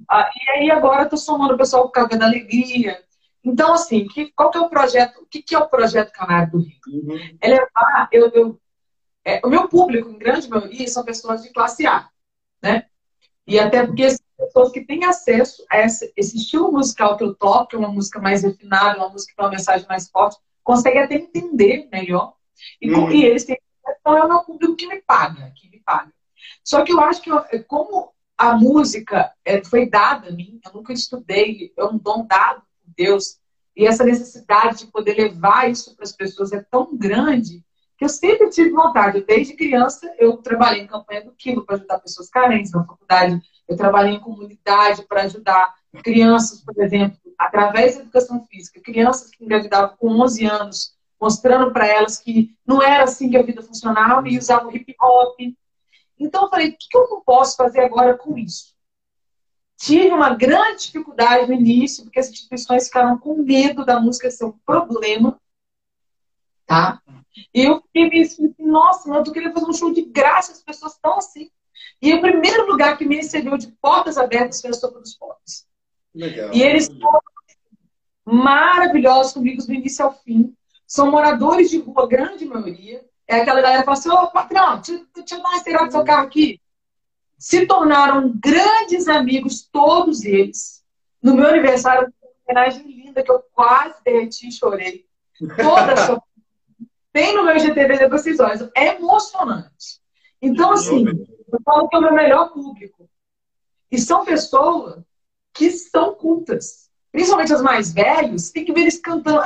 E aí agora eu tô somando o pessoal com Café da Alegria. Então, assim, qual que é o projeto? O que é o projeto Canário do Rio? É levar... o meu público, em grande maioria, são pessoas de classe A, né? E até porque são pessoas que têm acesso a esse estilo musical que eu toco, que é uma música mais refinada, uma música que tem uma mensagem mais forte, conseguem até entender melhor. E eles têm... Então, é o meu público que me paga, Só que eu acho que, como a música foi dada a mim, eu nunca estudei, é um dom dado por Deus, e essa necessidade de poder levar isso para as pessoas é tão grande que eu sempre tive vontade. Desde criança, eu trabalhei em campanha do Quilo para ajudar pessoas carentes na faculdade. Eu trabalhei em comunidade para ajudar crianças, por exemplo, através da educação física. Crianças que engravidavam com 11 anos, mostrando para elas que não era assim que a vida funcionava e usavam hip hop. Então eu falei, o que eu não posso fazer agora com isso? Tive uma grande dificuldade no início, porque as instituições ficaram com medo da música ser um problema, tá? E eu fiquei assim, nossa, mas eu tô querendo fazer um show de graça, as pessoas estão assim. E o primeiro lugar que me recebeu de portas abertas foi a Sopa dos Pobres. Legal. E eles foram maravilhosos comigo do início ao fim. São moradores de rua, grande maioria. É aquela galera que fala assim, ô patrão, deixa eu dar uma esteirada do seu carro aqui. Se tornaram grandes amigos, todos eles. No meu aniversário, uma homenagem linda, que eu quase derreti e chorei. Toda essa... Tem no meu IGTV depois vocês olham. É emocionante. Então, assim, eu falo que é o meu melhor público. E são pessoas que são cultas. Principalmente os mais velhos, tem que ver eles cantando.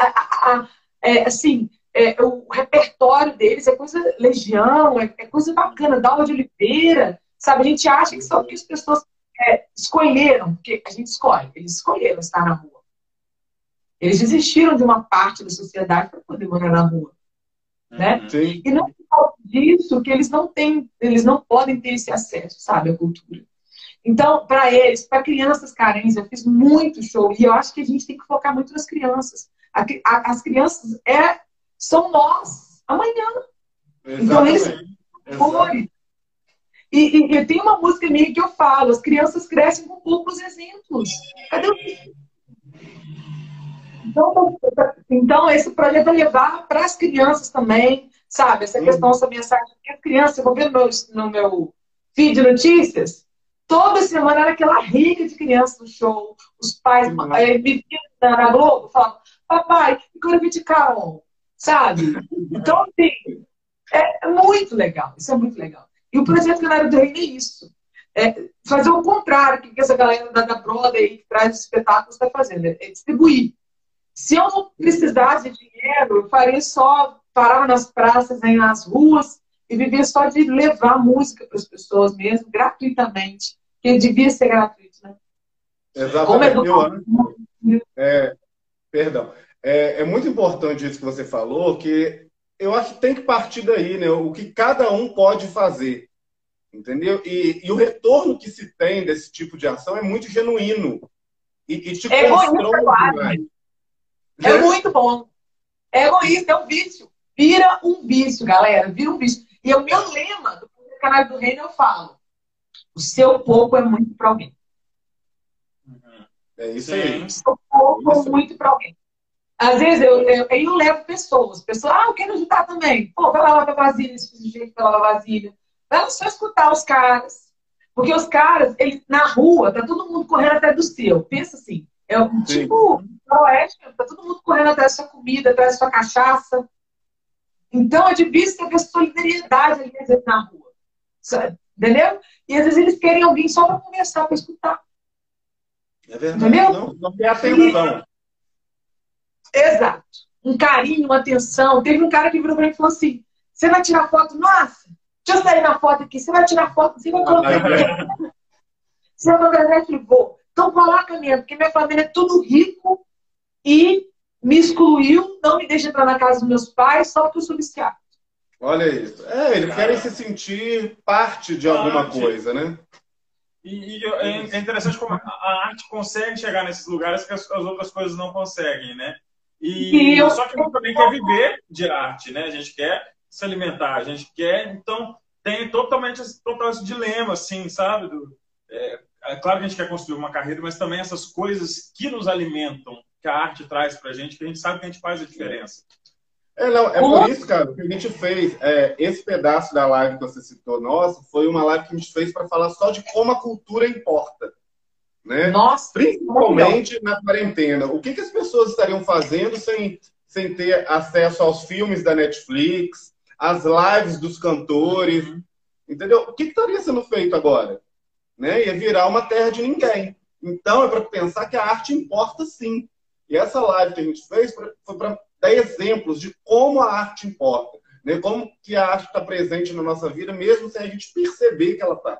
O repertório deles é coisa Legião, é coisa bacana, Dalva de Oliveira, sabe? A gente acha que só porque as pessoas escolheram, porque a gente escolhe, eles escolheram estar na rua. Eles desistiram de uma parte da sociedade para poder morar na rua. Né? Sim. E não é por causa disso que eles não podem ter esse acesso, sabe, à cultura. Então, para eles, para crianças carentes, eu fiz muito show e eu acho que a gente tem que focar muito nas crianças. As crianças são nós, amanhã. Exatamente. Então, eles foram. E tem uma música minha que eu falo, as crianças crescem com poucos exemplos. Cadê o... Então, esse projeto é levar para as crianças também, sabe? Essa questão, essa mensagem. Porque as crianças, eu vou ver no meu feed de notícias, toda semana era aquela rica de crianças no show. Os pais me viam na Globo falavam, papai, eu quero vir de Carol, sabe? Então, assim, é muito legal. Isso é muito legal. E o projeto Canário do Reino é isso. É fazer o contrário que essa galera da Broadway aí que traz os espetáculos está fazendo. É distribuir. Se eu não precisasse de dinheiro, eu faria só, parava nas praças, nas ruas, e vivia só de levar música para as pessoas mesmo, gratuitamente. Porque devia ser gratuito, né? Exatamente. Perdão. É muito importante isso que você falou, que eu acho que tem que partir daí, né? O que cada um pode fazer. Entendeu? E o retorno que se tem desse tipo de ação é muito genuíno. E te constrói demais. É muito bom. É egoísta, é um vício. Vira um vício, galera. Vira um vício. E o meu lema do Canário do Reino, eu falo: o seu pouco é muito para alguém. É isso aí. O seu pouco é muito para alguém. Às vezes eu levo pessoas, eu quero ajudar também. Pô, vai lá lavar vasilha, esse jeito vai lavar vasilha. Vai lá só escutar os caras. Porque os caras, na rua, tá todo mundo correndo atrás do seu. Pensa assim. Tipo, no oeste, tá todo mundo correndo atrás da sua comida, atrás da sua cachaça. Então, é difícil ter solidariedade ali, às vezes, na rua. Entendeu? E às vezes eles querem alguém só para conversar, para escutar. É verdade. Entendeu? Não tem atenção. Exato. Um carinho, uma atenção. Teve um cara que virou para mim e falou assim: você vai tirar foto? Nossa, deixa eu sair na foto aqui. Você vai tirar foto? Você vai colocar Você vai colocar e vou. Então coloca mesmo, porque minha família é tudo rico e me excluiu, não me deixa entrar na casa dos meus pais só porque eu sou viciado. Olha isso. Eles querem se sentir parte de alguma coisa, né? E é interessante como a arte consegue chegar nesses lugares que as outras coisas não conseguem, né? Só que a gente também quer viver de arte, né? A gente quer se alimentar, a gente quer... Então, tem totalmente esse dilema, assim, sabe? é claro que a gente quer construir uma carreira, mas também essas coisas que nos alimentam, que a arte traz pra gente, que a gente sabe que a gente faz a diferença. Não, é por isso, cara, que a gente fez esse pedaço da live que você citou, nossa, foi uma live que a gente fez para falar só de como a cultura importa, né? Nossa, principalmente na quarentena. O que as pessoas estariam fazendo sem ter acesso aos filmes da Netflix, às lives dos cantores, entendeu? O que estaria sendo feito agora? Né? Ia virar uma terra de ninguém. Então, é para pensar que a arte importa sim. E essa live que a gente fez foi para dar exemplos de como a arte importa, né? Como que a arte está presente na nossa vida, mesmo sem a gente perceber que ela está.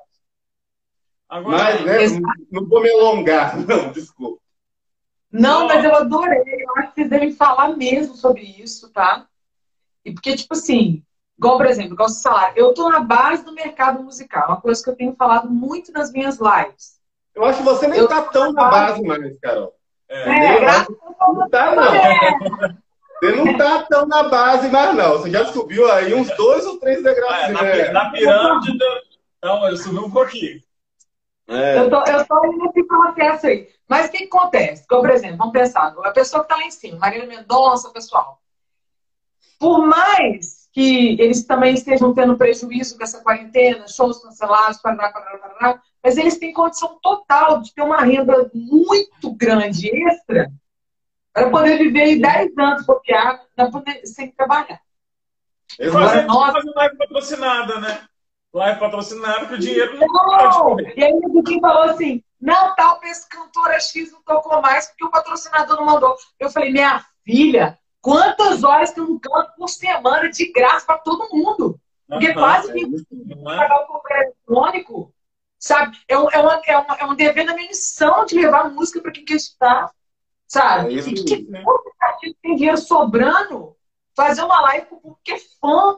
Mas, né, não vou me alongar, não, desculpa. Não, mas eu adorei. Eu acho que vocês devem falar mesmo sobre isso, tá? E porque, tipo assim, igual, por exemplo, igual você falar, eu tô na base do mercado musical, uma coisa que eu tenho falado muito nas minhas lives. Eu acho que você nem tá tão na base mais, Carol. Graças a Deus. Não tá, não. Você não tá tão na base mais, não. Você já subiu aí uns 2 ou 3 degraus. Na pirâmide, então, eu subi um pouquinho. Eu tô indo nesse processo aí. Mas o que acontece? Como, por exemplo, vamos pensar, a pessoa que tá lá em cima, Marília Mendonça, pessoal. Por mais que eles também estejam tendo prejuízo com essa quarentena, shows cancelados, mas eles têm condição total de ter uma renda muito grande extra para poder viver aí 10 anos copiar, sem trabalhar. Fazer live patrocinada, né? Live patrocinada, que o dinheiro não pode. E aí o Duquinho falou assim, não, tal cantora X não tocou mais porque o patrocinador não mandou. Eu falei, minha filha, quantas horas que eu não canto por semana de graça para todo mundo? Porque quase ninguém pagar o correio eletrônico, sabe? É um dever da minha missão de levar música para quem quer escutar, sabe? E que tem dinheiro sobrando, fazer uma live porque é fã,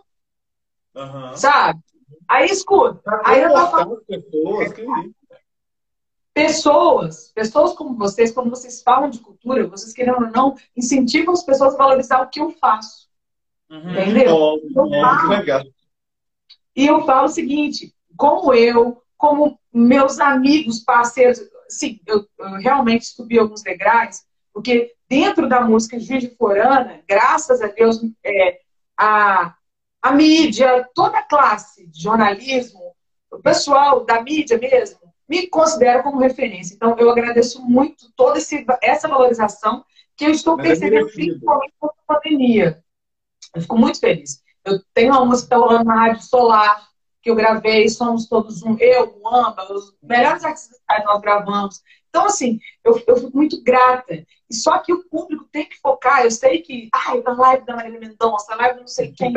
sabe? Aí escuta, aí eu tô falando pessoas como vocês, quando vocês falam de cultura, vocês querendo ou não, incentivam as pessoas a valorizar o que eu faço. Entendeu? Legal. E eu falo o seguinte, como meus amigos, parceiros, sim, eu realmente subi alguns degraus, porque dentro da música Juiz de Fora, graças a Deus, a mídia, toda a classe de jornalismo, o pessoal da mídia mesmo, me considera como referência. Então, eu agradeço muito toda essa valorização que eu estou percebendo, principalmente com a pandemia. Eu fico muito feliz. Eu tenho uma música que está rolando na Rádio Solar, que eu gravei, somos todos eu, o Amba, os melhores artistas que nós gravamos. Então, assim, eu fico muito grata. E só que o público tem que focar. Eu sei que, a live da Marília Mendonça, a live não sei quem,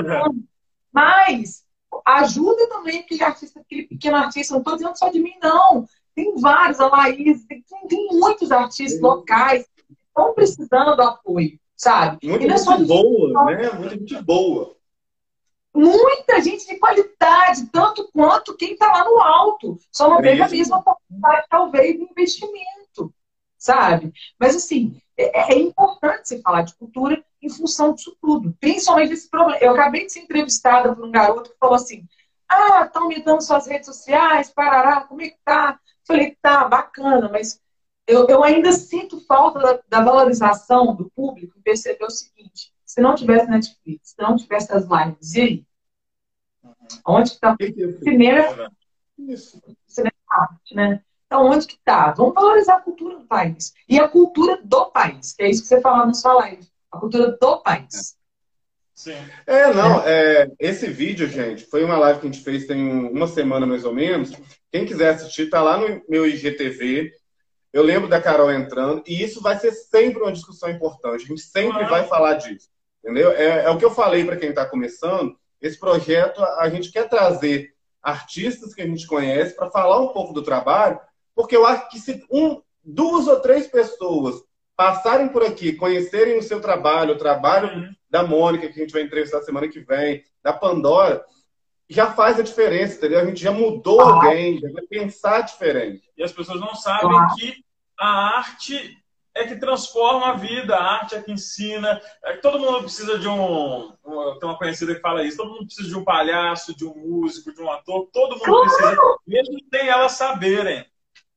mas ajuda também aquele pequeno artista. Não estou dizendo só de mim, não. Tem vários, a Laís, tem muitos artistas locais que estão precisando do apoio, sabe? Muita gente boa, né? Muita gente boa. Muita gente de qualidade, tanto quanto quem está lá no alto. Só não teve a mesma oportunidade, talvez, de investimento, sabe? Mas, assim, é importante você falar de cultura em função disso tudo. Principalmente desse problema. Eu acabei de ser entrevistada por um garoto que falou assim, estão me dando suas redes sociais, parará, como é que tá? Falei, tá, bacana, mas eu ainda sinto falta da valorização do público e perceber o seguinte, se não tivesse Netflix, se não tivesse as lives, e aí? Onde que está? Cinema é arte, né? Então, onde que está? Vamos valorizar a cultura do país. E a cultura do país, que é isso que você falou na sua live. A cultura do país. Sim. Esse vídeo, gente, foi uma live que a gente fez tem uma semana mais ou menos. Quem quiser assistir, tá lá no meu IGTV. Eu lembro da Carol entrando, e isso vai ser sempre uma discussão importante. A gente sempre vai falar disso. Entendeu? É o que eu falei para quem está começando. Esse projeto, a gente quer trazer artistas que a gente conhece para falar um pouco do trabalho, porque eu acho que se 2 ou 3 pessoas passarem por aqui, conhecerem o seu trabalho, o trabalho da Mônica, que a gente vai entrevistar semana que vem, da Pandora, já faz a diferença, entendeu? A gente já mudou alguém, já vai pensar diferente. E as pessoas não sabem que a arte é que transforma a vida, a arte é que ensina. Todo mundo precisa de tem uma conhecida que fala isso, todo mundo precisa de um palhaço, de um músico, de um ator, todo mundo precisa, mesmo sem elas saberem.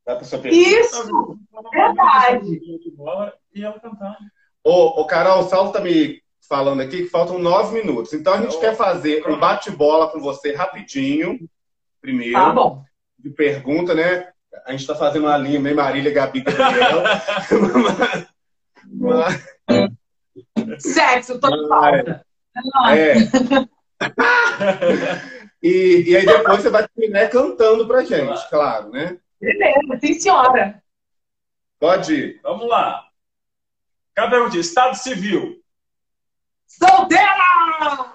Dá pra sua pergunta? Isso! Verdade. E ela cantando. Ô, Carol, o Saulo tá me falando aqui que faltam 9 minutos. Então a gente quer fazer um bate-bola com você rapidinho, primeiro. Tá bom. De pergunta, né? A gente tá fazendo uma linha meio Marília, Gabi, Gabriel. Sexo, tô de falta. É. E aí depois você vai terminar cantando pra gente, claro, né? Beleza, sim, senhora. Pode ir. Vamos lá. Cada pergunta. Estado civil. Solteira!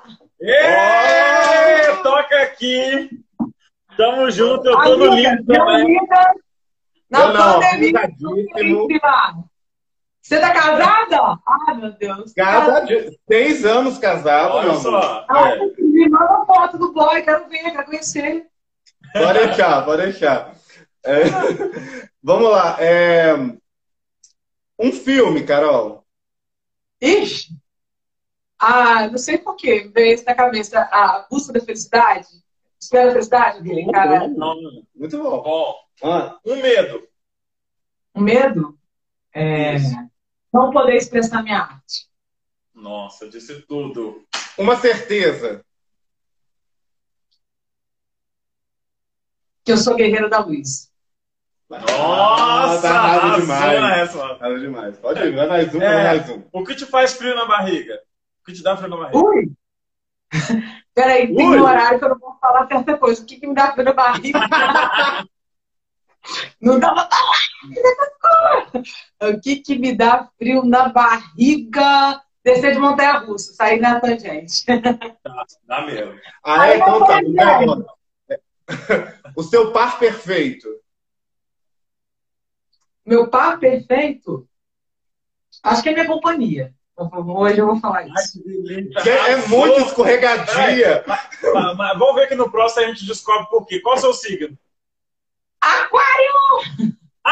Toca aqui. Tamo junto, eu tô no lindo também. Na pandemia. Casadíssimo. Você tá casada? Ai, meu Deus. Casado, 6 anos casado. Olha só. Me manda foto do boy, quero ver, quero conhecer. Pode deixar, pode deixar. Vamos lá. Um filme, Carol. Ixi. Não sei por quê. Veio isso na cabeça. A Busca da Felicidade. Espera a Felicidade, aquele cara. Muito bom. Bom. Um medo. Um medo? Não poder expressar minha arte. Nossa, eu disse tudo. Uma certeza. Que eu sou guerreira da luz. Nossa, tá raro demais. Essa. Raro demais. Pode ir, vai mais um, vai mais um. O que te faz frio na barriga? O que te dá frio na barriga? Ui! Peraí, tem um horário que eu não vou falar certa coisa. O que me dá frio na barriga? Não dá pra falar! O que me dá frio na barriga? Descer de montanha-russa, sair na tangente. Dá mesmo. Então tá. O seu par perfeito. Meu par perfeito? Acho que é minha companhia. Hoje eu vou falar isso. É muito escorregadia. Mas vamos ver que no próximo a gente descobre por quê. Qual é o seu signo? Aquário!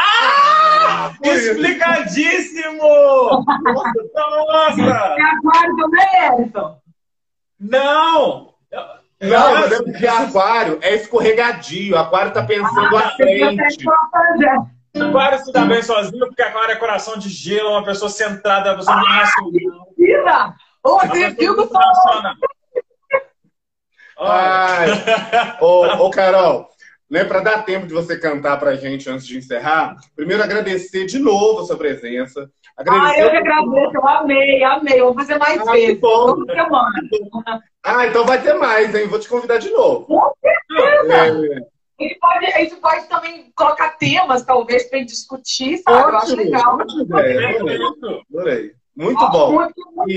Explicadíssimo! Nossa! É aquário também, Edson? Não, mas é aquário é escorregadio. Aquário tá pensando à frente. Aquário se dá bem sozinho, porque Aquário é coração de gelo, uma pessoa centrada, uma pessoa racional. Mentira! Você viu que eu sou... Ô, Carol, né, para dar tempo de você cantar pra gente antes de encerrar, primeiro agradecer de novo a sua presença. Eu que agradeço, eu amei. Vou fazer mais vezes. Então vai ter mais, hein? Vou te convidar de novo. Com certeza! A gente pode também colocar temas, talvez, para discutir, sabe? Eu acho legal. Adorei. Muito bom.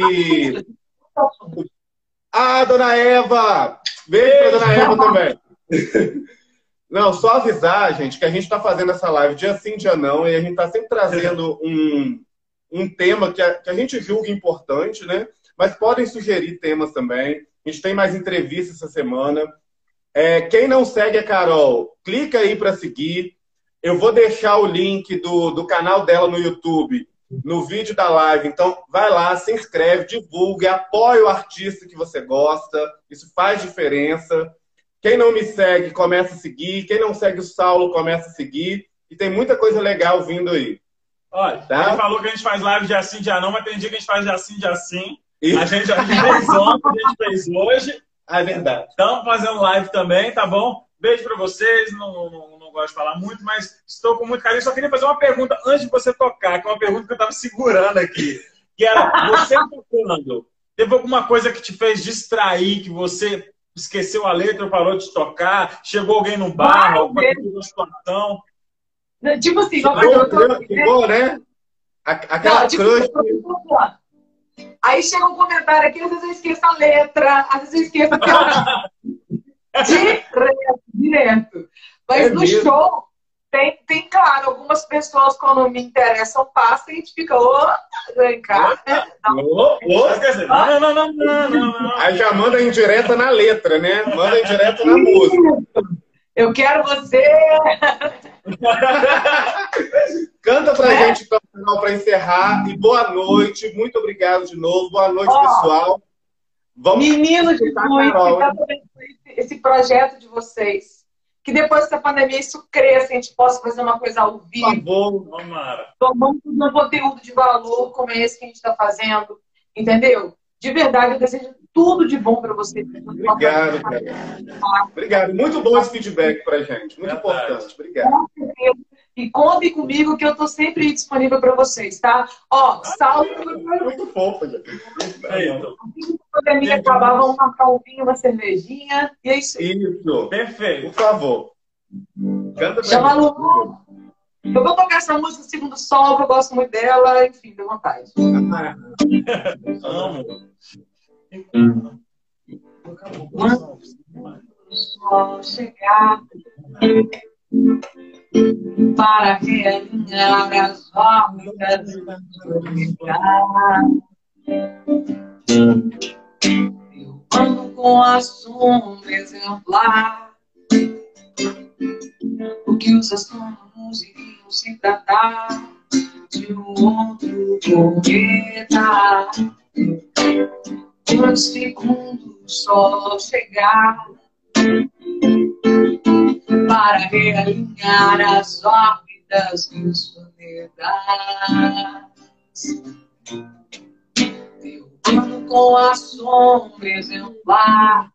Dona Eva! Beijo pra Dona Eva também. Não, só avisar, gente, que a gente está fazendo essa live dia sim, dia não, e a gente está sempre trazendo um tema que a gente julga importante, né? Mas podem sugerir temas também. A gente tem mais entrevistas essa semana. Quem não segue a Carol, clica aí para seguir. Eu vou deixar o link do canal dela no YouTube, no vídeo da live. Então, vai lá, se inscreve, divulgue, apoie o artista que você gosta. Isso faz diferença. Quem não me segue, começa a seguir. Quem não segue o Saulo, começa a seguir. E tem muita coisa legal vindo aí. Olha, tá? Ele falou que a gente faz live dia sim, dia não, mas tem dia que a gente faz dia sim, dia sim. A gente fez ontem, a gente fez hoje. É verdade. Estamos fazendo live também, tá bom? Beijo pra vocês. Não gosto de falar muito, mas estou com muito carinho. Só queria fazer uma pergunta antes de você tocar, que é uma pergunta que eu estava segurando aqui. Que era, você tocando, teve alguma coisa que te fez distrair, que você esqueceu a letra ou parou de tocar? Chegou alguém no bar, alguma situação? Tipo assim, ficou, né? Aquela crush. Aí chega um comentário aqui, às vezes eu esqueço a letra, às vezes eu esqueço a direto. Mas no show, tem, claro, algumas pessoas, quando me interessam, passam e a gente fica, vem cá. Não. Aí já manda indireta na letra, né? Manda indireta na música. Eu quero você. Canta pra gente, então, para encerrar. E boa noite. Muito obrigado de novo. Boa noite, pessoal. Meninos de luz, esse projeto de vocês. que depois dessa pandemia isso cresça, a gente possa fazer uma coisa ao vivo. Por favor, tomando um conteúdo de valor como é esse que a gente está fazendo, entendeu? De verdade, eu desejo tudo de bom para você. Obrigado, cara. Obrigado. Muito bom esse feedback pra gente. Muito importante. Obrigado. E contem comigo que eu tô sempre disponível para vocês, tá? Ó, salve. Muito fofo, gente. A pandemia acabar, vamos marcar um vinho, uma cervejinha. E é isso aí. Isso. Perfeito. Por favor. Canta pra Chama Lu. Eu vou tocar essa música Segundo Sol, que eu gosto muito dela. Enfim, dê vontade. Amo. Quando o sol chegar para realinhar as órbitas eu ando com a sombra exemplar, o que os astrônomos iriam se tratar de um outro cometa. Quando segundo o sol chegar para realinhar as órbitas dos planetas, eu ando com a sombra exemplar,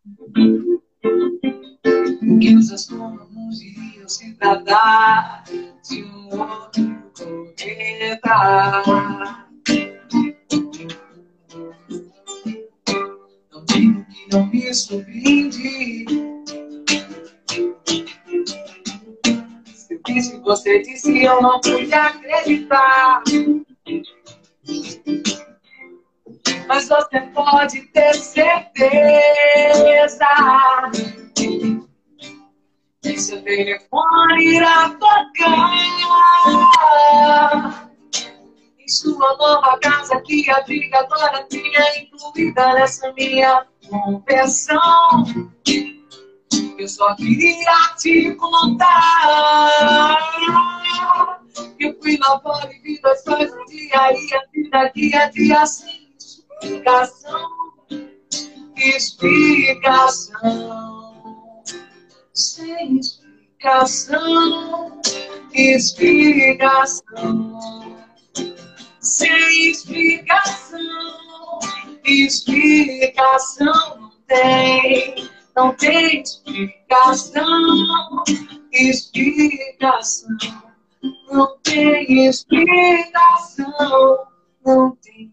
que os astrônomos iriam se tratar de um outro cometa. Não digo que não me surpreende. Se eu disse, você disse, eu não pude acreditar. Mas você pode ter certeza que seu telefone irá tocar em sua nova casa que a briga agora tinha incluída nessa minha confissão. Eu só queria te contar que eu fui na bola e vi 2 coisas um dia e a vida dia sem explicação. Sem explicação. Sem explicação. Explicação não tem explicação. Explicação não tem explicação. Não tem.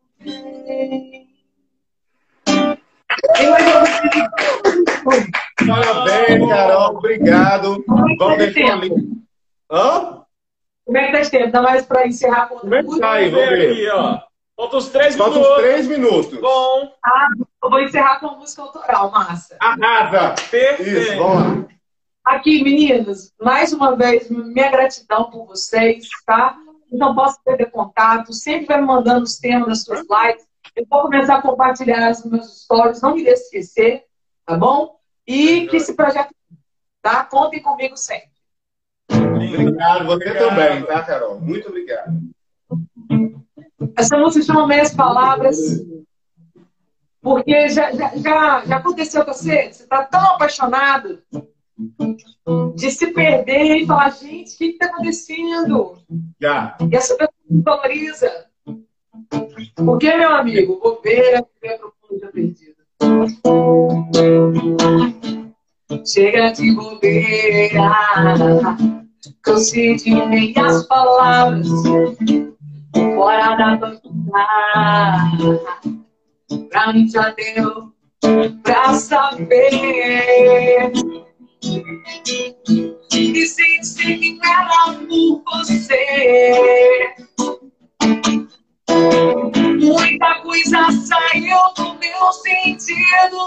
Parabéns, Carol. Obrigado. Vamos deixar o link. Hã? Como é que tá esse tempo? Dá mais para encerrar com Como é que tá aí? Vamos ver. Aqui, ó. Faltam os 3 minutos. Faltam os 3 minutos. Bom. Eu vou encerrar com a música autoral, massa. Arrasa. Perfeito. Isso, vamos lá. Aqui, meninos, mais uma vez, minha gratidão por vocês, tá? Não posso perder contato, sempre vai me mandando os temas das suas lives. Eu vou começar a compartilhar nos meus stories, não me deixe esquecer, tá bom? E que esse projeto, tá? Contem comigo sempre. Obrigado, você também, tá, Carol? Muito obrigado. Essa música chama Meias Palavras, porque já aconteceu com você? Você tá tão apaixonado de se perder e falar, gente, o que está acontecendo? Já. E essa pessoa se valoriza. Porque, meu amigo, bobeira é profunda perdida. Chega de bobeira, cansei de meias palavras, fora da bandeira. Pra mim já deu pra saber. E senti que era por você. Muita coisa saiu do meu sentido.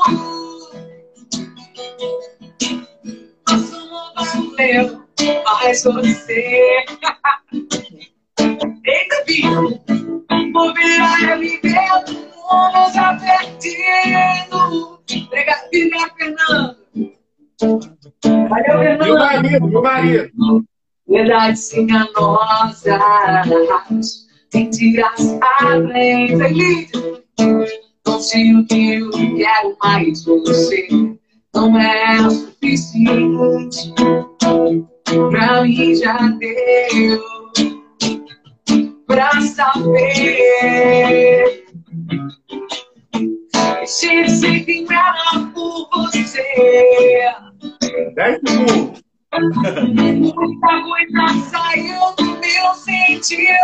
Nossa, não valeu, mas você. Eita, filho, vou virar viver do mundo já perdido. Obrigado, filha Fernando. Valeu, Fernando. Meu marido. Verdades enganosas, mentiras além da Lídia. Não sei o que eu quero mais você. não é o suficiente. Pra mim já deu pra saber. Deixei de ser quem era por você. 10 segundos. Muita coisa saiu do meu sentido.